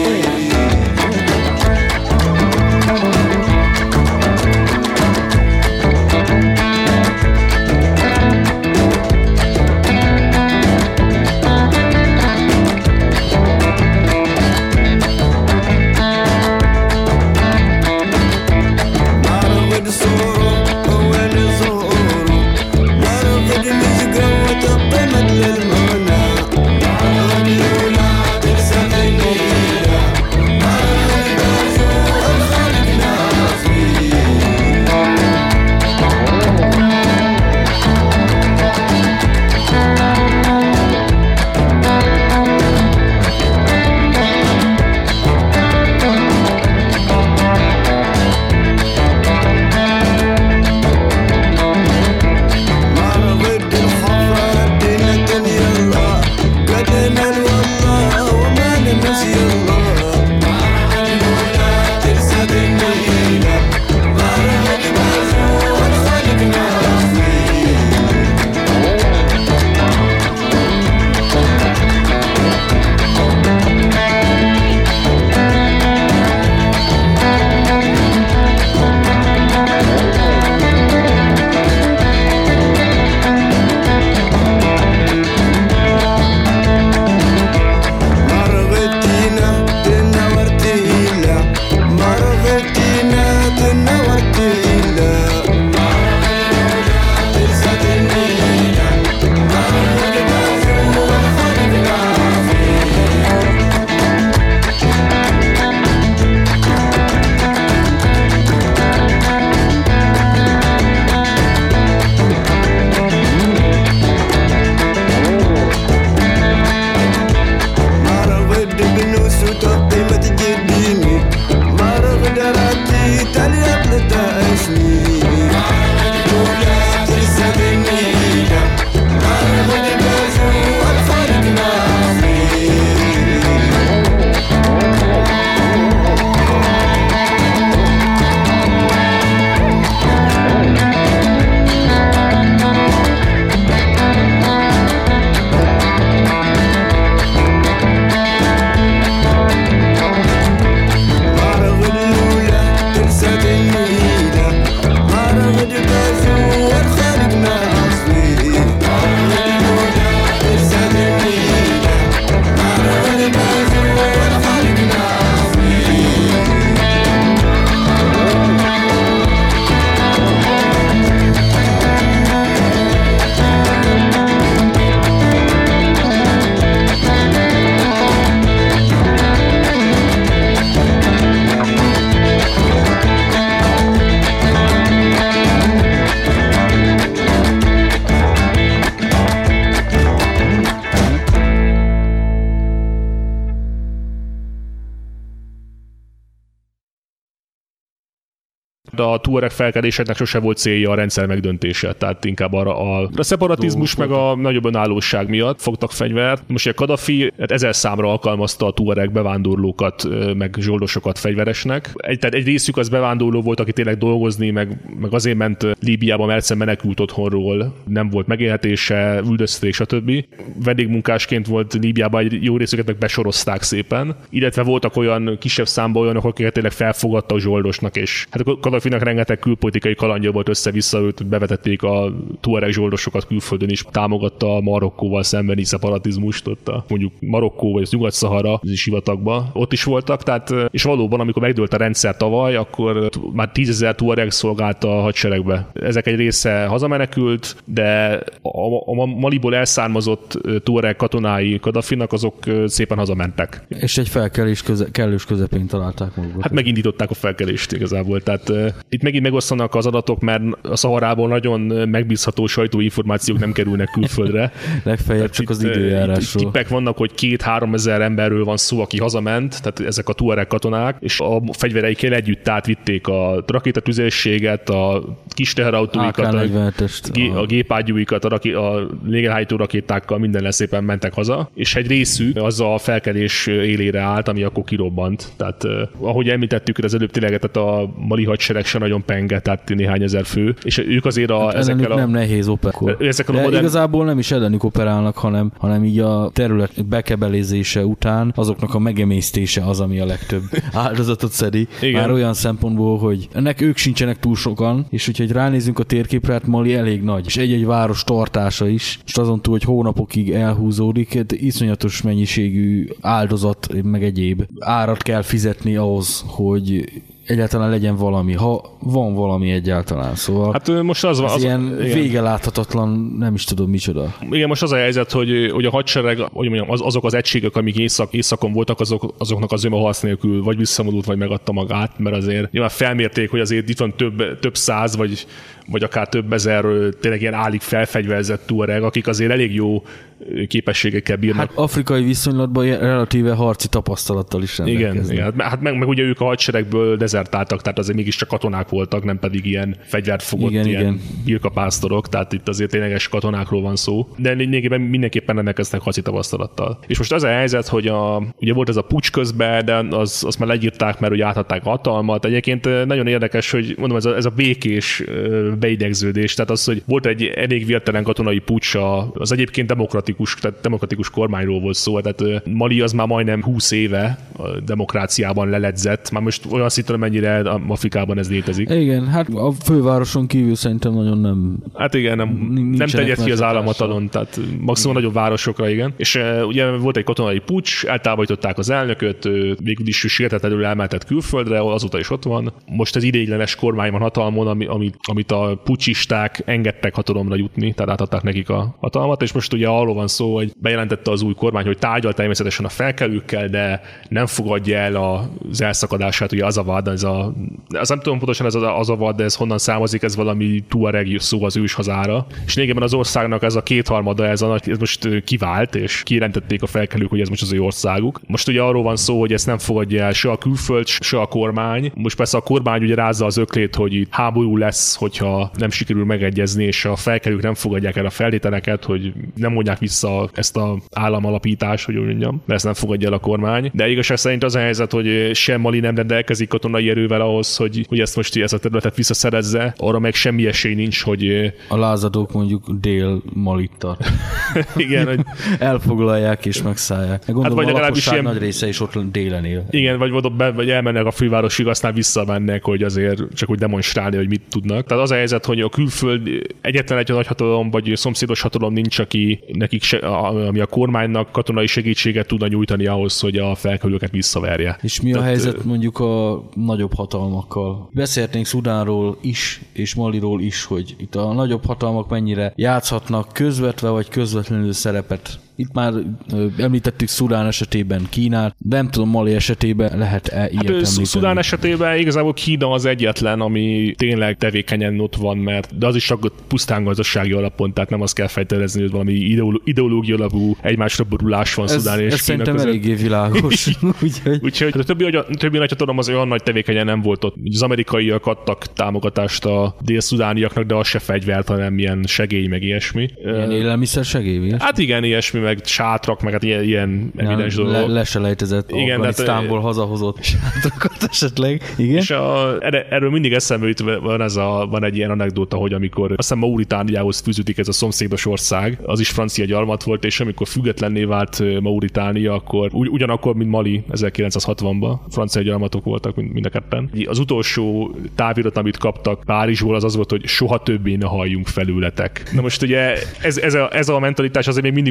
A tuareg felkeléseknek sose volt célja a rendszer megdöntése, tehát inkább arra a, a szeparatizmus meg a nagyobb önállóság miatt fogtak fegyvert. Most ugye Kadhafi hát ezer számra alkalmazta a tuareg bevándorlókat, meg zsoldosokat fegyveresnek. Egy, tehát egy részük az bevándorló volt, aki tényleg dolgozni, meg, meg azért ment Líbiába, mert egyszer menekült otthonról, nem volt megélhetése, üldözték, stb. Vendégmunkásként volt Líbiában, egy jó részüket meg besorozták szépen. Illetve voltak olyan kisebb számban olyanok, akiket tényleg felfogadta a zsoldosnak, és hát Kadhafinak rengeteg külpolitikai kalandja volt össze-vissza, őt bevetették a tuareg zsoldosokat külföldön is, támogatta a Marokkóval szembeni szeparatizmust, ott a, mondjuk Marokkó vagy az Nyugat-Szahara sivatagban, ott is voltak, tehát, és valóban, amikor megdőlt a rendszer tavaly, akkor már tízezer tuareg szolgált a hadseregbe. Ezek egy része hazamenekült, de a, a Maliból elszármazott tuareg katonái Kadhafinak, azok szépen hazamentek. És egy felkelés köze, kellős közepén találták magukat. Hát megindították a felkelést igazából, tehát itt megint megosztanak az adatok, mert a Szaharából nagyon megbízható sajtóinformációk nem kerülnek külföldre. Legfeljebb csak az időjárásról. Tippek vannak, hogy két-három ezer emberről van szó, aki hazament, tehát ezek a tuareg katonák, és a fegyvereikkel együtt átvitték a rakétatüzességet, a kis teherautóikat, a, a gépágyúikat, a, raké, a légerhajtó rakétákkal minden szépen mentek haza, és egy részük az a felkelés élére állt, ami akkor kirobbant. Tehát ahogy említettük az előbb, tényleg tehát a mali hadsereg se nagyon penge, tehát néhány ezer fő, és ők azért a, hát ezekkel a... nem nehéz operál. Ezekkel a modern... igazából nem is ellenük operálnak, hanem, hanem így a terület bekebelézése után azoknak a megemésztése az, ami a legtöbb áldozatot szedi. Igen. Már olyan szempontból, hogy ennek ők sincsenek túl sokan, és úgyhogy ránézünk a térképre, hát Mali elég nagy, és egy-egy város tartása is, és azon túl, hogy hónapokig elhúzódik, iszonyatos mennyiségű áldozat, meg egyéb árat kell fizetni ahhoz, hogy egyáltalán legyen valami, ha van valami egyáltalán, szóval hát most az van, az, ilyen igen. vége láthatatlan, nem is tudom micsoda. Igen, most az a helyzet, hogy, hogy a hadsereg, hogy mondjam, az, azok az egységek, amik észak, északon voltak, azok, azoknak az öme harc nélkül vagy visszamodult, vagy megadta magát, mert azért nyilván felmérték, hogy azért itt van több, több száz, vagy, vagy akár több ezer tényleg ilyen állig felfegyverzett tuareg, akik azért elég jó képességekkel bírnak. Hát afrikai viszonylatban relatíve harci tapasztalattal is rendelkeznek. Igen, igen. Hát meg, meg ugye ők a hadseregből dezertáltak, tehát azért mégiscsak katonák voltak, nem pedig ilyen fegyvert fogott igen, ilyen igen. birkapásztorok, tehát itt azért tényleges katonákról van szó. De lényegében mindenképpen rendelkeznek harci tapasztalattal. És most az a helyzet, hogy a, ugye volt ez a puccs közben, de az, azt már legyírták, mert ugye átadták a hatalmat. Egyébként nagyon érdekes, hogy mondom, ez a, ez a békés beidegződés, tehát az, hogy volt egy elég vértelen katonai puccs, az egyébként demokratikus, tehát demokratikus kormányról volt szó, tehát Mali az már majdnem húsz éve a demokráciában leledzett, már most olyan szinten, mennyire Afrikában ez létezik. Igen, hát a fővároson kívül szerintem nagyon nem... Hát igen, nem, nem tegyed ki az államhatalon, tehát maximum nagyobb városokra, igen. És uh, ugye volt egy katonai puccs, eltávolították az elnököt, uh, végül is sértetlenül elmentett külföldre, azóta is ott van. Most ez ideiglenes kormány van hatalmon, ami, amit, amit a puccsisták engedtek hatalomra jutni, tehát átadták nekik a hatalmat, és most ugye arról van szó, hogy bejelentette az új kormány, hogy tárgyal természetesen a felkelőkkel, de nem fogadja el az elszakadását, ugye az a vád, ez a, az nem tudom pontosan ez az a vad, de ez honnan származik, ez valami tuareg szó az ős hazára. És lényegében az országnak ez a kétharmada, ez, a, ez most kivált, és kijelentették a felkelők, hogy ez most az ő országuk. Most ugye arról van szó, hogy ezt nem fogadja el se a külföld, se a kormány. Most persze a kormány ugye rázza az öklét, hogy itt háború lesz, hogyha nem sikerül megegyezni, és a felkelők nem fogadják el a feltételeket, hogy nem mondják vissza ezt az államalapítást, hogy úgy mondjam, mert ezt nem fogadja el a kormány. De igazság szerint az a helyzet, hogy sem Mali nem rendelkezik katonai erővel ahhoz, hogy, hogy ezt most ezt a területet visszaszerezze, arra meg semmi esély nincs, hogy... A lázadók mondjuk Dél-Malittal. Igen, hogy... elfoglalják és megszállják. Gondolom hát, vagy a lakosság ilyen... nagy része is ott délen él. Igen, vagy, vagy, be, vagy elmennek a fővárosig, aztán visszamennek, hogy azért csak úgy demonstrálni, hogy mit tudnak. Tehát az a helyzet, hogy a külföld egyetlen egy nagyhatalom, vagy szomszédos hatalom nincs, aki nekik se, ami a kormánynak katonai segítséget tudna nyújtani ahhoz, hogy a felkelőket visszaverje. És mi Tehát, a helyzet mondjuk a nagyobb hatalmakkal? Beszéltünk Szudánról is, és Maliról is, hogy itt a nagyobb hatalmak mennyire játszhatnak közvetve vagy közvetlenül szerepet. Itt már ö, említettük Szudán esetében Kínát, de nem tudom, Mali esetében lehet-e ilyet hát, említeni? Szudán esetében igazából Kína az egyetlen, ami tényleg tevékenyen ott van, mert de az is csak pusztán gazdasági alapon, tehát nem azt kell feltételezni, hogy valami ideológia alapú egymásra borulás van ez, Szudán és ez Kína szerintem között. eléggé világos. Úgyhogy Úgyhogy a többi, a többi nagyhatalom az olyan nagy tevékenyen nem volt ott. Az amerikaiak adtak támogatást a dél-szudániaknak, de az se fegyvert, hanem ilyen segély, meg ilyesmi. Ilyen élelmiszer segély? Hát igen, ilyesmi, meg sátrak, meg hát ilyen, ilyen evidens dolgok. Le, leselejtezett Afganisztánból hazahozott sátrakat esetleg. Igen? És a, erről mindig eszembe jut, van, ez a, van egy ilyen anekdóta, hogy amikor azt hiszem Mauritániához fűződik ez a szomszédos ország, az is francia gyarmat volt, és amikor függetlenné vált Mauritánia, akkor ugy, ugyanakkor, mint Mali ezerkilencszázhatvanban, francia gyarmatok voltak mind a ketten. Az utolsó távirat, amit kaptak Párizsból, az az volt, hogy soha többé ne halljunk felületek. Na most ugye ez, ez, a, ez a mentalitás azért még mindig ott van a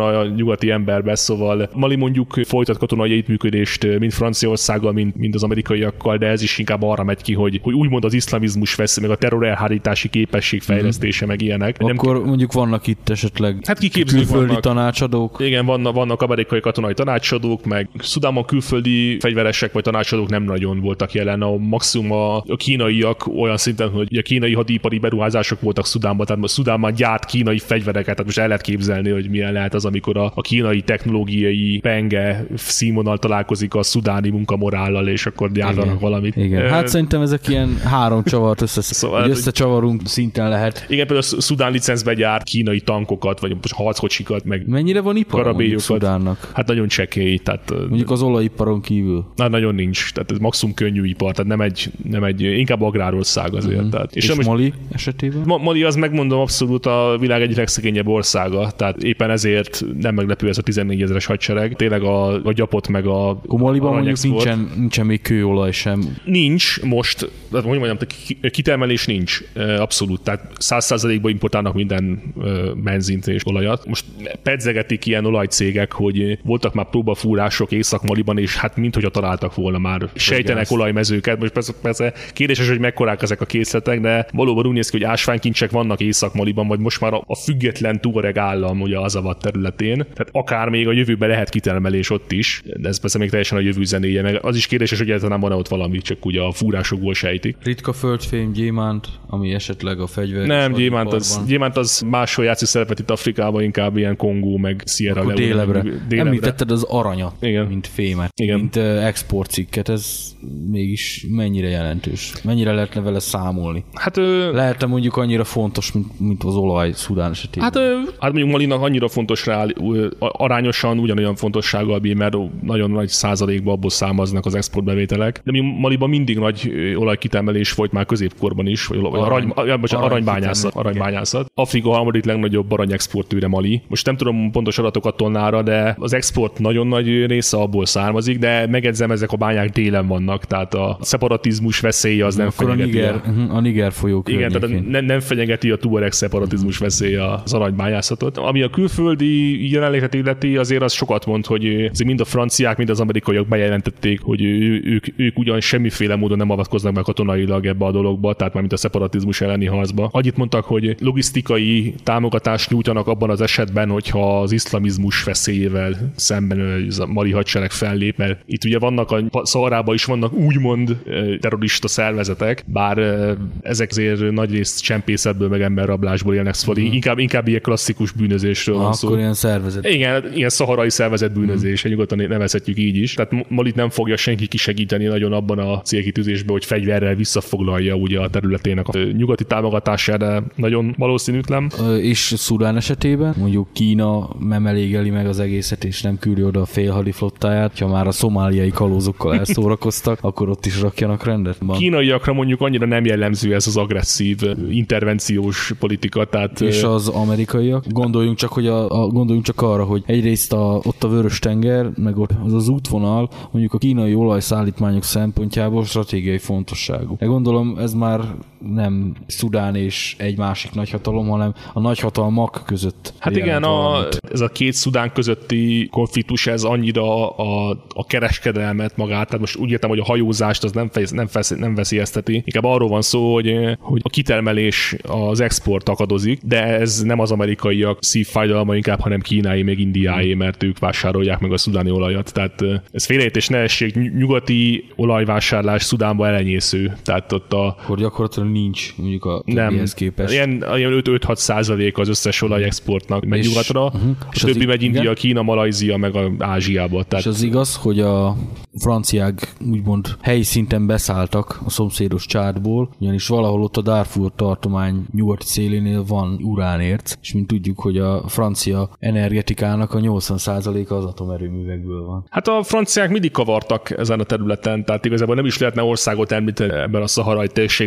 a nyugati emberbe, szóval Mali mondjuk folytat katonai együttműködést mind Franciaországgal, mind, mind az amerikaiakkal, de ez is inkább arra megy ki, hogy, hogy úgymond az iszlamizmus vesz, meg a terror elhárítási képesség fejlesztése, mm. meg ilyenek. Akkor nem, mondjuk vannak itt esetleg hát kiképzők vannak, tanácsadók. Igen, vannak, vannak amerikai katonai tanácsadók, meg Szudánban külföldi fegyveresek vagy tanácsadók nem nagyon voltak jelen. A maximum a, a kínaiak olyan szinten, hogy a kínai hadipari beruházások voltak Szudánban, tehát most Szudánban gyárt kínai fegyvereket, tehát most el lehet képzelni, hogy milyen lehet az, amikor a, a kínai technológiai penge színvonal találkozik a szudáni munkamorállal, és akkor gyártanak valamit. Igen. Uh, hát szerintem ezek ilyen három csavart össze, szóval, összecsavarunk szinten lehet. Igen, például a Szudán licencbe gyárt kínai tankokat, vagy most harckocsikat, meg mennyire van ipar mondjuk Szudánnak? Hát nagyon csekély. Tehát, mondjuk az olajiparon kívül? Na, nagyon nincs. Tehát ez maximum könnyű ipar, tehát nem egy, nem egy inkább agrárország azért. Uh-huh. Tehát, és és most, Mali esetében? Ma, Mali az megmondom abszolút a világ egyik legszegényebb országa, tehát éppen ezért nem meglepő ez a tizennégyezeres hadsereg. Tényleg a, a gyapot meg a a Maliban mondjuk nincsen, nincsen még kőolaj sem. Nincs most, hogy mondjam, kitermelés nincs abszolút, tehát száz százalékban importálnak minden benzint és olajat. Most pedzegetik ilyen olajcégek, hogy voltak már próbafúrások Észak-Maliban, és hát minthogyha találtak volna már sejtenek olajmezőket. Most persze, persze kérdéses, hogy mekkorák ezek a készletek, de valóban úgy néz ki, hogy ásványkincsek vannak Észak-Maliban, vagy most már a, a független Tuareg állam ugye az Azawad területén. Tehát akár még a jövőben lehet kitermelés ott is, de ez persze még teljesen a jövő zenéje, meg az is kérdéses, hogy egyáltalán van-e ott valami, csak ugye a fúrásokból sejtik. Ritka földfém, gyémánt, ami esetleg a fegyver. Nem, gyémánt az, gyémánt az máshol játszik szerepet itt Afrikában, inkább ilyen Kongó, meg Sierra Leone. Délebre. délebre. Említetted az aranyat, igen. mint fémet, igen. mint uh, exportcikket, ez mégis mennyire jelentős? Mennyire lehetne vele számolni? Hát ö... lehetne mondjuk annyira fontos, mint, mint az olaj Szudán esetében? Hát, ö... hát mondjuk Malinak annyira fontos rá, arányosan ugyanolyan fontossággal bír, mert nagyon nagy százalékban abból származnak az exportbevételek. De Maliban mindig nagy olajkitermelés volt már középkorban is, vagy arany, arany, aranybányászat. aranybányászat. Afrika harmadik legnagyobb aranyexportőre Mali. Most nem tudom pontos adatokat tonnára, de az export nagyon nagy része abból származik, de megedzem, ezek a bányák délen vannak, tehát a szeparatizmus veszélye az nem fenyegeti. A Niger, a, a Niger folyó igen, tehát nem, nem fenyegeti a Tuareg szeparatizmus veszélye az aranybányászatot. Ami a külföldi jelenlétet illeti, azért az sokat mond, hogy mind a franciák, mind az amerikaiak bejelentették, hogy ők, ők ugyan semmiféle módon nem avatkoznak meg katonailag ebbe a dologba, tehát már mint a szeparatizmus elleni harcba. Annyit mondtak, hogy logisztikai támogatást nyújtanak abban az esetben, hogyha az iszlamizmus veszélyével szemben a mali hadsereg fellép, mert itt ugye vannak a Szaharában is vannak úgymond terrorista szervezetek, bár ezek azért nagyrészt csempészetből meg emberrablásból élnek, szóval mm. inkább, inkább ilyen klasszikus bűnözésről ah, van szó. Akkor ilyen szervezet. Igen, ilyen szaharai szervezet bűnözés, mm. nyugodtan nevezhetjük így is. Tehát Malit nem fogja senki kisegíteni nagyon abban a célkitűzésben, hogy fegyverrel visszafoglalja ugye a területének a nyugati támogatására, nagyon valószínűtlen. És Szudán esetében mondjuk Kína nem elégeli meg az egészet, és nem küldi oda a félhadiflottáját, ha már a szomáliai kalózokkal elszórakoztak, akkor ott is rakjanak rendet. Van. Kínaiakra mondjuk annyira nem jellemző ez az agresszív intervenciós politika, tehát... És az amerikaiak? Gondoljunk csak, hogy a, a, gondoljunk csak arra, hogy egyrészt a, ott a Vörös-tenger, meg ott az, az útvonal mondjuk a kínai olajszállítmányok szempontjából stratégiai fontosságú. De gondolom ez már nem Szudán és egy másik nagyhatalom, hanem a nagyhatalmak között. Hát igen, a, ez a két Szudán közötti konfliktus, ez annyira a, a kereskedelmet magát, tehát most úgy értem, hogy a hajózást az nem, fez, nem, fez, nem veszélyezteti. Inkább arról van szó, hogy, hogy a kitermelés, az export akadozik, de ez nem az amerikaiak szívfájdalma inkább, hanem Kínái, még Indiái, mert ők vásárolják meg a szudáni olajat. Tehát ez félreértés ne essék, nyugati olajvásárlás Szudánba elenyésző. Tehát ott a... Akkor gyakorlatilag nincs mondjuk a többihez képest. Ilyen, ilyen öt-hat százalék az összes olajexportnak megy és, nyugatra, uh-huh. a többi megy India, igen? Kína, Malajzia, meg a Ázsiába. Tehát... És az igaz, hogy a franciák úgymond helyi szinten beszálltak a szomszédos Csádból, ugyanis valahol ott a Darfur tartomány nyugati szélénél van uránérc, és mint tudjuk, hogy a francia energetikának a nyolcvan százaléka az atomerőművekből van. Hát a franciák mindig kavartak ezen a területen, tehát igazából nem is lehetne országot említeni ebben a szaharai térségben, ahol a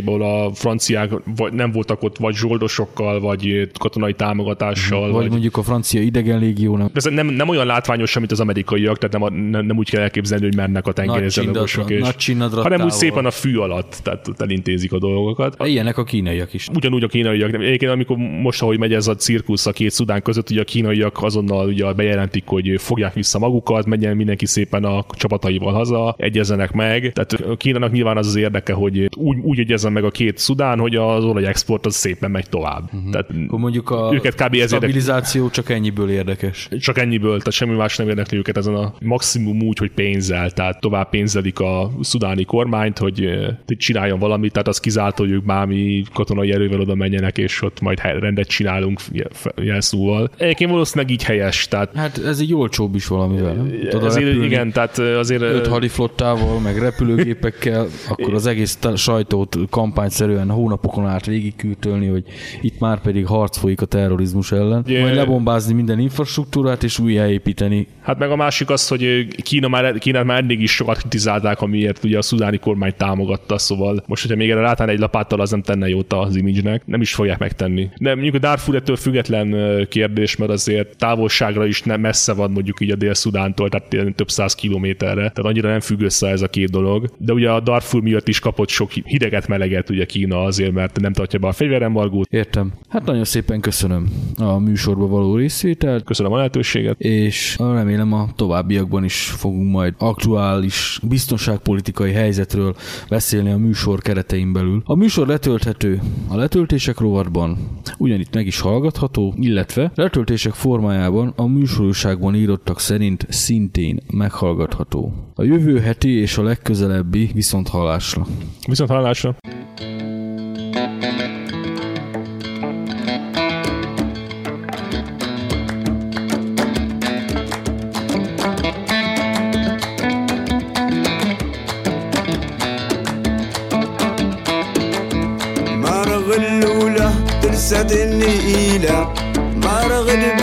a franciák vagy nem voltak ott vagy zsoldosokkal, vagy katonai támogatással. Vagy, vagy mondjuk a francia idegenlégió. Nem, ez nem, nem olyan látványos, mint az amerikaiak, tehát nem, a, nem, nem úgy kell elképzelni, hogy mennek a tengerészgyalogosok, hanem úgy szépen a fű alatt, tehát elintézik a dolgokat. Ilyenek a kínaiak is. Ugyanúgy a kínaiak. Egyébként amikor most, ahogy megy ez a cirkusz a két Szudán között, ugye a kínaiak azonnal ugye bejelentik, hogy fogják vissza magukat, menjen mindenki szépen a csapataival haza, egyezzenek meg. Tehát a Kínának nyilván az az érdeke, hogy úgy, úgy egyezzen meg a két Szudán, hogy az olajexport az szépen megy tovább. Uh-huh. Tehát akkor mondjuk a őket kb. Stabilizáció csak ennyiből érdekes. Csak ennyiből, tehát semmi más nem érdekli őket ezen a maximum úgy, hogy pénzzel, tehát tovább pénzelik a szudáni kormányt, hogy, hogy csináljon valamit, tehát az kizárt, hogy ők bármi katonai erővel oda menjenek, és ott majd rendet csinálunk jelszóval. Egyébként valószínűleg így helyes. Tehát hát ez így olcsóbb is valamivel. Azért, igen, tehát azért öt hadiflottával, meg repülőgépekkel, akkor az egész sajtót kampányszerűen hónapokon át végigküldtölni, hogy itt már pedig harc folyik a terrorizmus ellen. Yeah. Majd lebombázni minden infrastruktúrát és újjáépíteni. Hát meg a másik az, hogy Kína már, Kínát már eddig is sokat kritizálták, amiért ugye a szudáni kormány támogatta, szóval most, hogyha még erre rátán egy lapáttal, az nem tenne jót az imidzsnek. Nem is fogják megtenni. De mondjuk a Darfur ettől független kérdés, mert azért távolságra is nem messze van mondjuk így a Dél-Szudántól, tehát több száz kilométerre. Tehát annyira nem függ össze ez a két dolog. De ugye a Darfur miatt is kapott sok hideget, meleget ugye Kína azért, mert nem tartja be a fegyverembargót. Értem. Hát nagyon szépen köszönöm a műsorba való részvételt. Köszönöm a lehetőséget. És remélem a továbbiakban is fogunk majd aktuális biztonságpolitikai helyzetről beszélni a műsor keretein belül. A műsor letölthető a letöltések rovatban, ugyanitt meg is hallgatható, illetve letöltések formájában a műsorúságban írottak szerint szintén meghallgatható. A jövő heti és a legközelebbi viszonthallásra. Viszonthallásra. ترست النيلة ما رغد